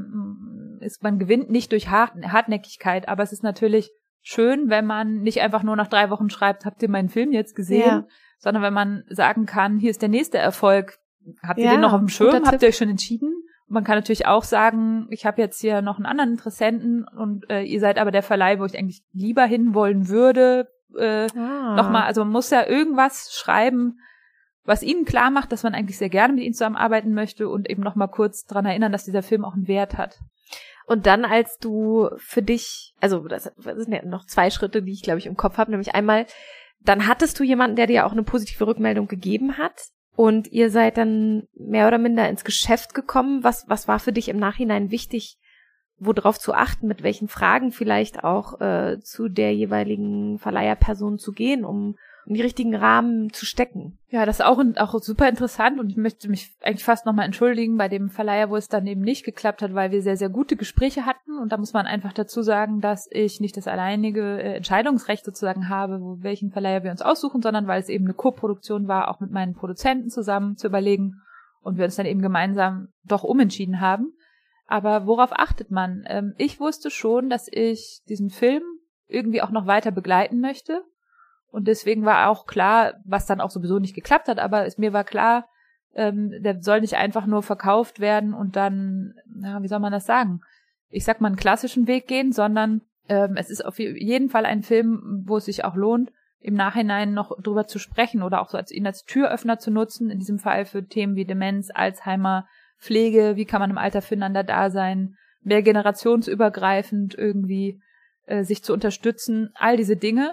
ähm, ist, man gewinnt nicht durch Hart, Hartnäckigkeit, aber es ist natürlich schön, wenn man nicht einfach nur nach drei Wochen schreibt, habt ihr meinen Film jetzt gesehen? Ja. Sondern wenn man sagen kann, hier ist der nächste Erfolg, habt ihr ja, den noch auf dem Schirm, habt ihr euch schon entschieden? Und man kann natürlich auch sagen, ich habe jetzt hier noch einen anderen Interessenten und äh, ihr seid aber der Verleih, wo ich eigentlich lieber hinwollen würde. Äh, ah. Nochmal, also man muss ja irgendwas schreiben, was ihnen klar macht, dass man eigentlich sehr gerne mit ihnen zusammenarbeiten möchte und eben nochmal kurz dran erinnern, dass dieser Film auch einen Wert hat. Und dann, als du für dich, also das sind ja noch zwei Schritte, die ich glaube ich im Kopf habe, nämlich einmal, dann hattest du jemanden, der dir auch eine positive Rückmeldung gegeben hat und ihr seid dann mehr oder minder ins Geschäft gekommen. Was, was war für dich im Nachhinein wichtig, worauf zu achten, mit welchen Fragen vielleicht auch äh, zu der jeweiligen Verleiherperson zu gehen, um um die richtigen Rahmen zu stecken? Ja, das ist auch, auch super interessant und ich möchte mich eigentlich fast nochmal entschuldigen bei dem Verleiher, wo es dann eben nicht geklappt hat, weil wir sehr, sehr gute Gespräche hatten und da muss man einfach dazu sagen, dass ich nicht das alleinige äh, Entscheidungsrecht sozusagen habe, wo, welchen Verleiher wir uns aussuchen, sondern weil es eben eine Co-Produktion war, auch mit meinen Produzenten zusammen zu überlegen und wir uns dann eben gemeinsam doch umentschieden haben. Aber worauf achtet man? Ähm, ich wusste schon, dass ich diesen Film irgendwie auch noch weiter begleiten möchte. Und deswegen war auch klar, was dann auch sowieso nicht geklappt hat, aber es, mir war klar, ähm, der soll nicht einfach nur verkauft werden und dann, na, wie soll man das sagen? Ich sag mal einen klassischen Weg gehen, sondern ähm, es ist auf jeden Fall ein Film, wo es sich auch lohnt, im Nachhinein noch drüber zu sprechen oder auch so als ihn als Türöffner zu nutzen, in diesem Fall für Themen wie Demenz, Alzheimer, Pflege, wie kann man im Alter füreinander da sein, mehr generationsübergreifend irgendwie äh, sich zu unterstützen, all diese Dinge.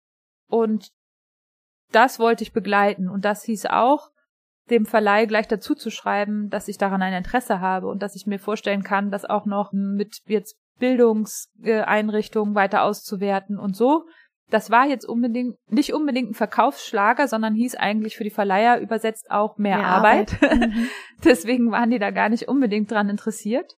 Und das wollte ich begleiten. Und das hieß auch, dem Verleih gleich dazu zu schreiben, dass ich daran ein Interesse habe und dass ich mir vorstellen kann, das auch noch mit jetzt Bildungseinrichtungen weiter auszuwerten und so. Das war jetzt unbedingt nicht unbedingt ein Verkaufsschlager, sondern hieß eigentlich für die Verleiher übersetzt auch mehr, mehr Arbeit. Arbeit. Deswegen waren die da gar nicht unbedingt dran interessiert.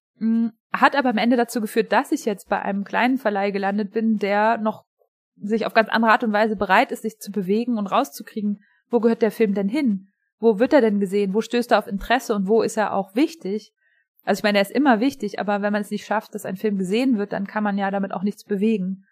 Hat aber am Ende dazu geführt, dass ich jetzt bei einem kleinen Verleih gelandet bin, der noch sich auf ganz andere Art und Weise bereit ist, sich zu bewegen und rauszukriegen, wo gehört der Film denn hin? Wo wird er denn gesehen? Wo stößt er auf Interesse und wo ist er auch wichtig? Also ich meine, er ist immer wichtig, aber wenn man es nicht schafft, dass ein Film gesehen wird, dann kann man ja damit auch nichts bewegen.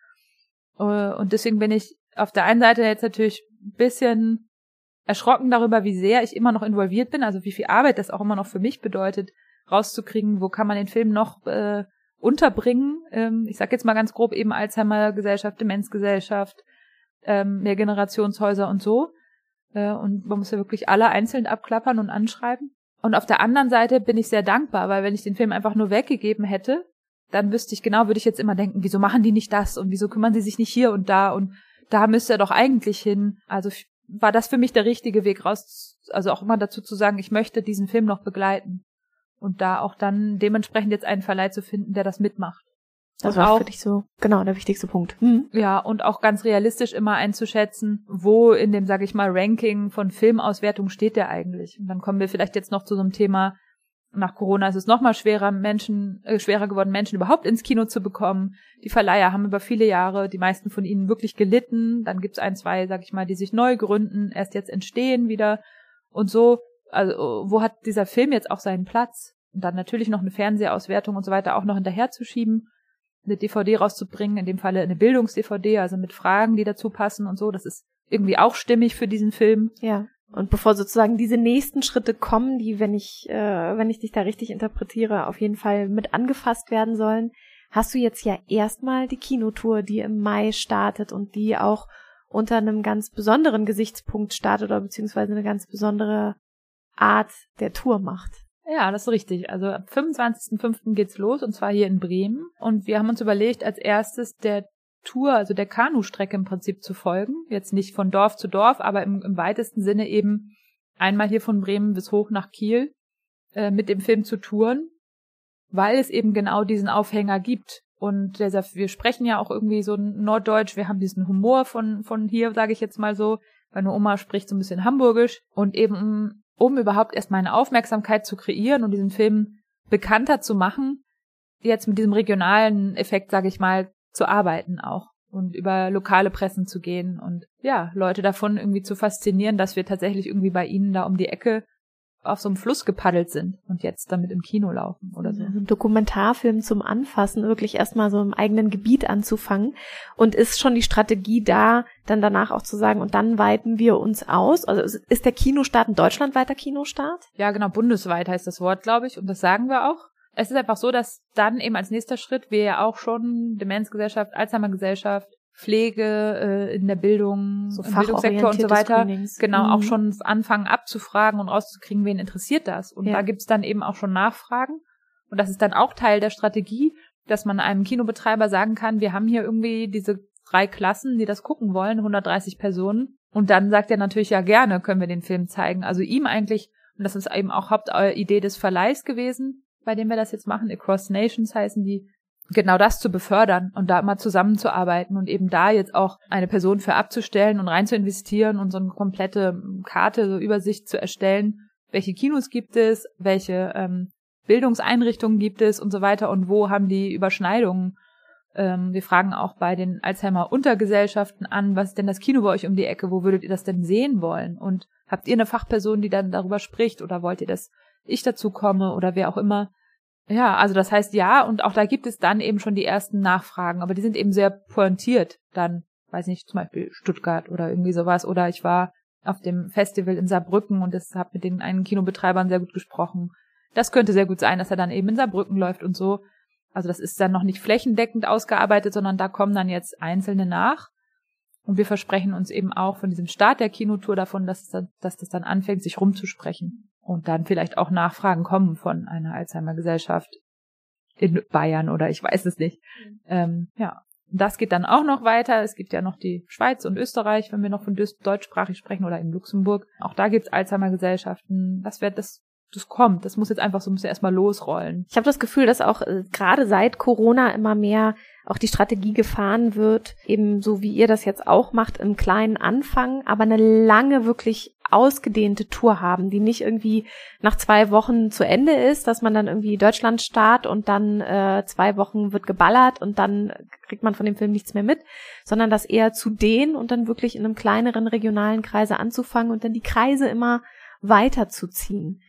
Und deswegen bin ich auf der einen Seite jetzt natürlich ein bisschen erschrocken darüber, wie sehr ich immer noch involviert bin, also wie viel Arbeit das auch immer noch für mich bedeutet, rauszukriegen, wo kann man den Film noch äh, unterbringen. Ähm, ich sag jetzt mal ganz grob eben Alzheimer-Gesellschaft, Demenzgesellschaft, ähm, Mehrgenerationshäuser und so. Äh, und man muss ja wirklich alle einzeln abklappern und anschreiben. Und auf der anderen Seite bin ich sehr dankbar, weil wenn ich den Film einfach nur weggegeben hätte, dann wüsste ich genau, würde ich jetzt immer denken, wieso machen die nicht das und wieso kümmern sie sich nicht hier und da und da müsste er doch eigentlich hin. Also war das für mich der richtige Weg raus, also auch immer dazu zu sagen, ich möchte diesen Film noch begleiten. Und da auch dann dementsprechend jetzt einen Verleih zu finden, der das mitmacht. Das war auch für dich so, genau, der wichtigste Punkt. Mhm. Ja, und auch ganz realistisch immer einzuschätzen, wo in dem, sag ich mal, Ranking von Filmauswertung steht der eigentlich. Und dann kommen wir vielleicht jetzt noch zu so einem Thema, nach Corona ist es noch mal schwerer, Menschen, äh, schwerer geworden, Menschen überhaupt ins Kino zu bekommen. Die Verleiher haben über viele Jahre, die meisten von ihnen wirklich gelitten. Dann gibt's ein, zwei, sag ich mal, die sich neu gründen, erst jetzt entstehen wieder und so. Also wo hat dieser Film jetzt auch seinen Platz? Und dann natürlich noch eine Fernsehauswertung und so weiter auch noch hinterherzuschieben, eine D V D rauszubringen, in dem Falle eine Bildungs-D V D, also mit Fragen, die dazu passen und so. Das ist irgendwie auch stimmig für diesen Film. Ja. Und bevor sozusagen diese nächsten Schritte kommen, die, wenn ich, äh, wenn ich dich da richtig interpretiere, auf jeden Fall mit angefasst werden sollen, hast du jetzt ja erstmal die Kinotour, die im Mai startet und die auch unter einem ganz besonderen Gesichtspunkt startet oder beziehungsweise eine ganz besondere Art der Tour macht. Ja, das ist richtig. Also am fünfundzwanzigsten fünften geht's los und zwar hier in Bremen. Und wir haben uns überlegt, als erstes der Tour, also der Kanustrecke im Prinzip zu folgen. Jetzt nicht von Dorf zu Dorf, aber im, im weitesten Sinne eben einmal hier von Bremen bis hoch nach Kiel äh, mit dem Film zu touren, weil es eben genau diesen Aufhänger gibt. Und der, wir sprechen ja auch irgendwie so Norddeutsch, wir haben diesen Humor von von hier, sage ich jetzt mal so. Meine Oma spricht so ein bisschen Hamburgisch. Und eben, um überhaupt erstmal eine Aufmerksamkeit zu kreieren und diesen Film bekannter zu machen, jetzt mit diesem regionalen Effekt, sage ich mal, zu arbeiten auch. Und über lokale Pressen zu gehen und ja, Leute davon irgendwie zu faszinieren, dass wir tatsächlich irgendwie bei ihnen da um die Ecke auf so einem Fluss gepaddelt sind und jetzt damit im Kino laufen oder so. Ein Dokumentarfilm zum Anfassen, wirklich erstmal so im eigenen Gebiet anzufangen. Und ist schon die Strategie da, dann danach auch zu sagen, und dann weiten wir uns aus? Also ist der Kinostart ein deutschlandweiter Kinostart? Ja, genau, bundesweit heißt das Wort, glaube ich, und das sagen wir auch. Es ist einfach so, dass dann eben als nächster Schritt wir ja auch schon Demenzgesellschaft, Alzheimergesellschaft, Pflege äh, in der Bildung, so im Bildungssektor und so weiter, genau, mhm. auch schon anfangen abzufragen und rauszukriegen, wen interessiert das. Und ja. da gibt's dann eben auch schon Nachfragen. Und das ist dann auch Teil der Strategie, dass man einem Kinobetreiber sagen kann, wir haben hier irgendwie diese drei Klassen, die das gucken wollen, hundertdreißig Personen. Und dann sagt er natürlich, ja gerne, können wir den Film zeigen. Also ihm eigentlich, und das ist eben auch Hauptidee des Verleihs gewesen, bei dem wir das jetzt machen, Across Nations heißen die, genau das zu befördern und da mal zusammenzuarbeiten und eben da jetzt auch eine Person für abzustellen und rein zu investieren und so eine komplette Karte, so Übersicht zu erstellen, welche Kinos gibt es, welche ähm, Bildungseinrichtungen gibt es und so weiter und wo haben die Überschneidungen. Ähm, wir fragen auch bei den Alzheimer-Untergesellschaften an, was ist denn das Kino bei euch um die Ecke, wo würdet ihr das denn sehen wollen und habt ihr eine Fachperson, die dann darüber spricht oder wollt ihr, dass ich dazu komme oder wer auch immer. Ja, also das heißt ja, und auch da gibt es dann eben schon die ersten Nachfragen, aber die sind eben sehr pointiert. Dann, weiß nicht, zum Beispiel Stuttgart oder irgendwie sowas. Oder ich war auf dem Festival in Saarbrücken und das habe mit den einen Kinobetreibern sehr gut gesprochen. Das könnte sehr gut sein, dass er dann eben in Saarbrücken läuft und so. Also das ist dann noch nicht flächendeckend ausgearbeitet, sondern da kommen dann jetzt Einzelne nach. Und wir versprechen uns eben auch von diesem Start der Kinotour davon, dass, es dann, dass das dann anfängt, sich rumzusprechen. Und dann vielleicht auch Nachfragen kommen von einer Alzheimer-Gesellschaft in Bayern oder ich weiß es nicht. Mhm. Ähm, ja, das geht dann auch noch weiter. Es gibt ja noch die Schweiz und Österreich, wenn wir noch von deutschsprachig sprechen, oder in Luxemburg. Auch da gibt's Alzheimer-Gesellschaften. Das wird das Das kommt. Das muss jetzt einfach so ein bisschen erstmal losrollen. Ich habe das Gefühl, dass auch äh, gerade seit Corona immer mehr auch die Strategie gefahren wird, eben so wie ihr das jetzt auch macht, im Kleinen anfangen, aber eine lange, wirklich ausgedehnte Tour haben, die nicht irgendwie nach zwei Wochen zu Ende ist, dass man dann irgendwie Deutschland startet und dann äh, zwei Wochen wird geballert und dann kriegt man von dem Film nichts mehr mit, sondern das eher zu dehnen und dann wirklich in einem kleineren regionalen Kreise anzufangen und dann die Kreise immer weiterzuziehen.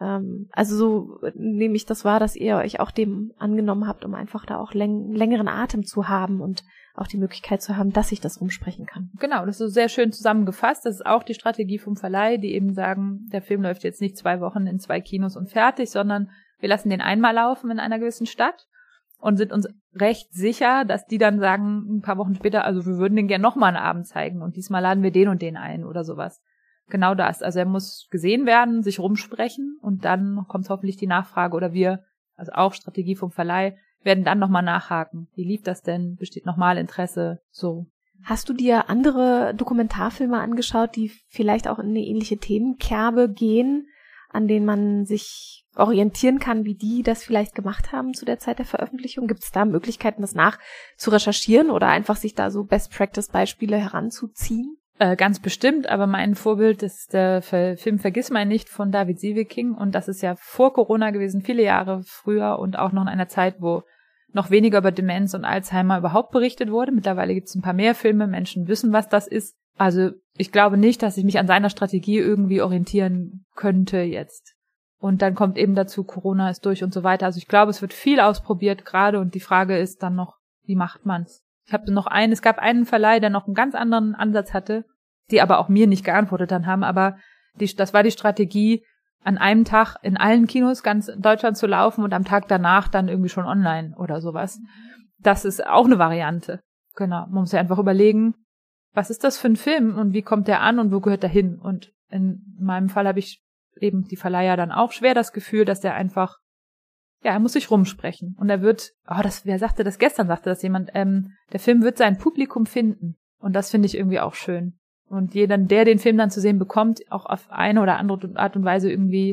Also so nehme ich das wahr, dass ihr euch auch dem angenommen habt, um einfach da auch läng- längeren Atem zu haben und auch die Möglichkeit zu haben, dass ich das rumsprechen kann. Genau, das ist sehr schön zusammengefasst. Das ist auch die Strategie vom Verleih, die eben sagen, der Film läuft jetzt nicht zwei Wochen in zwei Kinos und fertig, sondern wir lassen den einmal laufen in einer gewissen Stadt und sind uns recht sicher, dass die dann sagen, ein paar Wochen später, also wir würden den gerne nochmal einen Abend zeigen und diesmal laden wir den und den ein oder sowas. Genau das. Also er muss gesehen werden, sich rumsprechen und dann kommt hoffentlich die Nachfrage oder wir, also auch Strategie vom Verleih, werden dann nochmal nachhaken. Wie lief das denn? Besteht nochmal Interesse? So. Hast du dir andere Dokumentarfilme angeschaut, die vielleicht auch in eine ähnliche Themenkerbe gehen, an denen man sich orientieren kann, wie die das vielleicht gemacht haben zu der Zeit der Veröffentlichung? Gibt es da Möglichkeiten, das nach zu recherchieren oder einfach sich da so Best-Practice-Beispiele heranzuziehen? Äh, ganz bestimmt, aber mein Vorbild ist der Film Vergissmeinnicht nicht von David Sieveking und das ist ja vor Corona gewesen, viele Jahre früher und auch noch in einer Zeit, wo noch weniger über Demenz und Alzheimer überhaupt berichtet wurde. Mittlerweile gibt es ein paar mehr Filme, Menschen wissen, was das ist. Also ich glaube nicht, dass ich mich an seiner Strategie irgendwie orientieren könnte jetzt. Und dann kommt eben dazu, Corona ist durch und so weiter. Also ich glaube, es wird viel ausprobiert gerade und die Frage ist dann noch, wie macht man's? Ich habe noch einen, es gab einen Verleih, der noch einen ganz anderen Ansatz hatte, die aber auch mir nicht geantwortet dann haben, aber die, das war die Strategie, an einem Tag in allen Kinos ganz Deutschland zu laufen und am Tag danach dann irgendwie schon online oder sowas. Das ist auch eine Variante. Genau, man muss ja einfach überlegen, was ist das für ein Film und wie kommt der an und wo gehört der hin? Und in meinem Fall habe ich eben die Verleiher dann auch schwer das Gefühl, dass der einfach, ja, er muss sich rumsprechen. Und er wird, oh, das, wer sagte das gestern, sagte das jemand, ähm, der Film wird sein Publikum finden. Und das finde ich irgendwie auch schön. Und jeder, der den Film dann zu sehen bekommt, auch auf eine oder andere Art und Weise irgendwie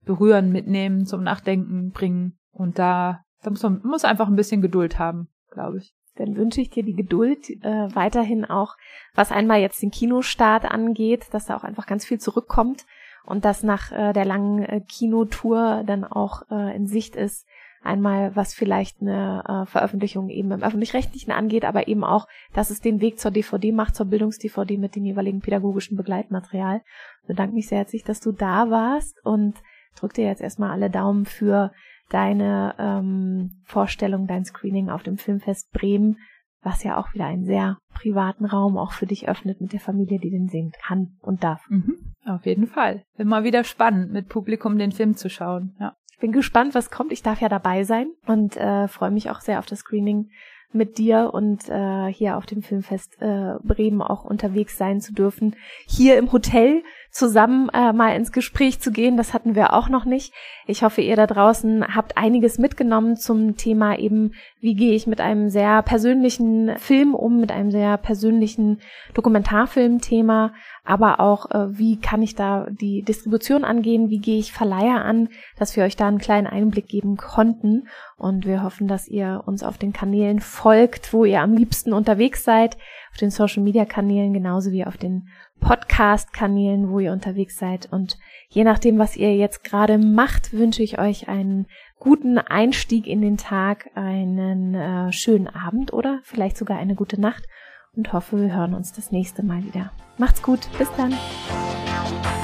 berühren, mitnehmen, zum Nachdenken bringen. Und da, da muss man muss einfach ein bisschen Geduld haben, glaube ich. Dann wünsche ich dir die Geduld äh, weiterhin auch, was einmal jetzt den Kinostart angeht, dass da auch einfach ganz viel zurückkommt und dass nach äh, der langen äh, Kinotour dann auch äh, in Sicht ist, einmal was vielleicht eine äh, Veröffentlichung eben im Öffentlich-Rechtlichen angeht, aber eben auch, dass es den Weg zur D V D macht, zur Bildungs-D V D mit dem jeweiligen pädagogischen Begleitmaterial. Ich bedanke mich sehr herzlich, dass du da warst und drück dir jetzt erstmal alle Daumen für deine ähm, Vorstellung, dein Screening auf dem Filmfest Bremen, was ja auch wieder einen sehr privaten Raum auch für dich öffnet mit der Familie, die den sehen kann und darf. Mhm, auf jeden Fall. Immer wieder spannend, mit Publikum den Film zu schauen. Ja. Ich bin gespannt, was kommt. Ich darf ja dabei sein und äh, freue mich auch sehr auf das Screening mit dir und äh, hier auf dem Filmfest äh, Bremen auch unterwegs sein zu dürfen. Hier im Hotel zusammen äh, mal ins Gespräch zu gehen, das hatten wir auch noch nicht. Ich hoffe, ihr da draußen habt einiges mitgenommen zum Thema eben, wie gehe ich mit einem sehr persönlichen Film um, mit einem sehr persönlichen Dokumentarfilmthema, aber auch, äh, wie kann ich da die Distribution angehen, wie gehe ich Verleiher an, dass wir euch da einen kleinen Einblick geben konnten. Und wir hoffen, dass ihr uns auf den Kanälen folgt, wo ihr am liebsten unterwegs seid, auf den Social-Media-Kanälen genauso wie auf den Podcast-Kanälen, wo ihr unterwegs seid. Und je nachdem, was ihr jetzt gerade macht, wünsche ich euch einen guten Einstieg in den Tag, einen äh, schönen Abend oder vielleicht sogar eine gute Nacht und hoffe, wir hören uns das nächste Mal wieder. Macht's gut, bis dann!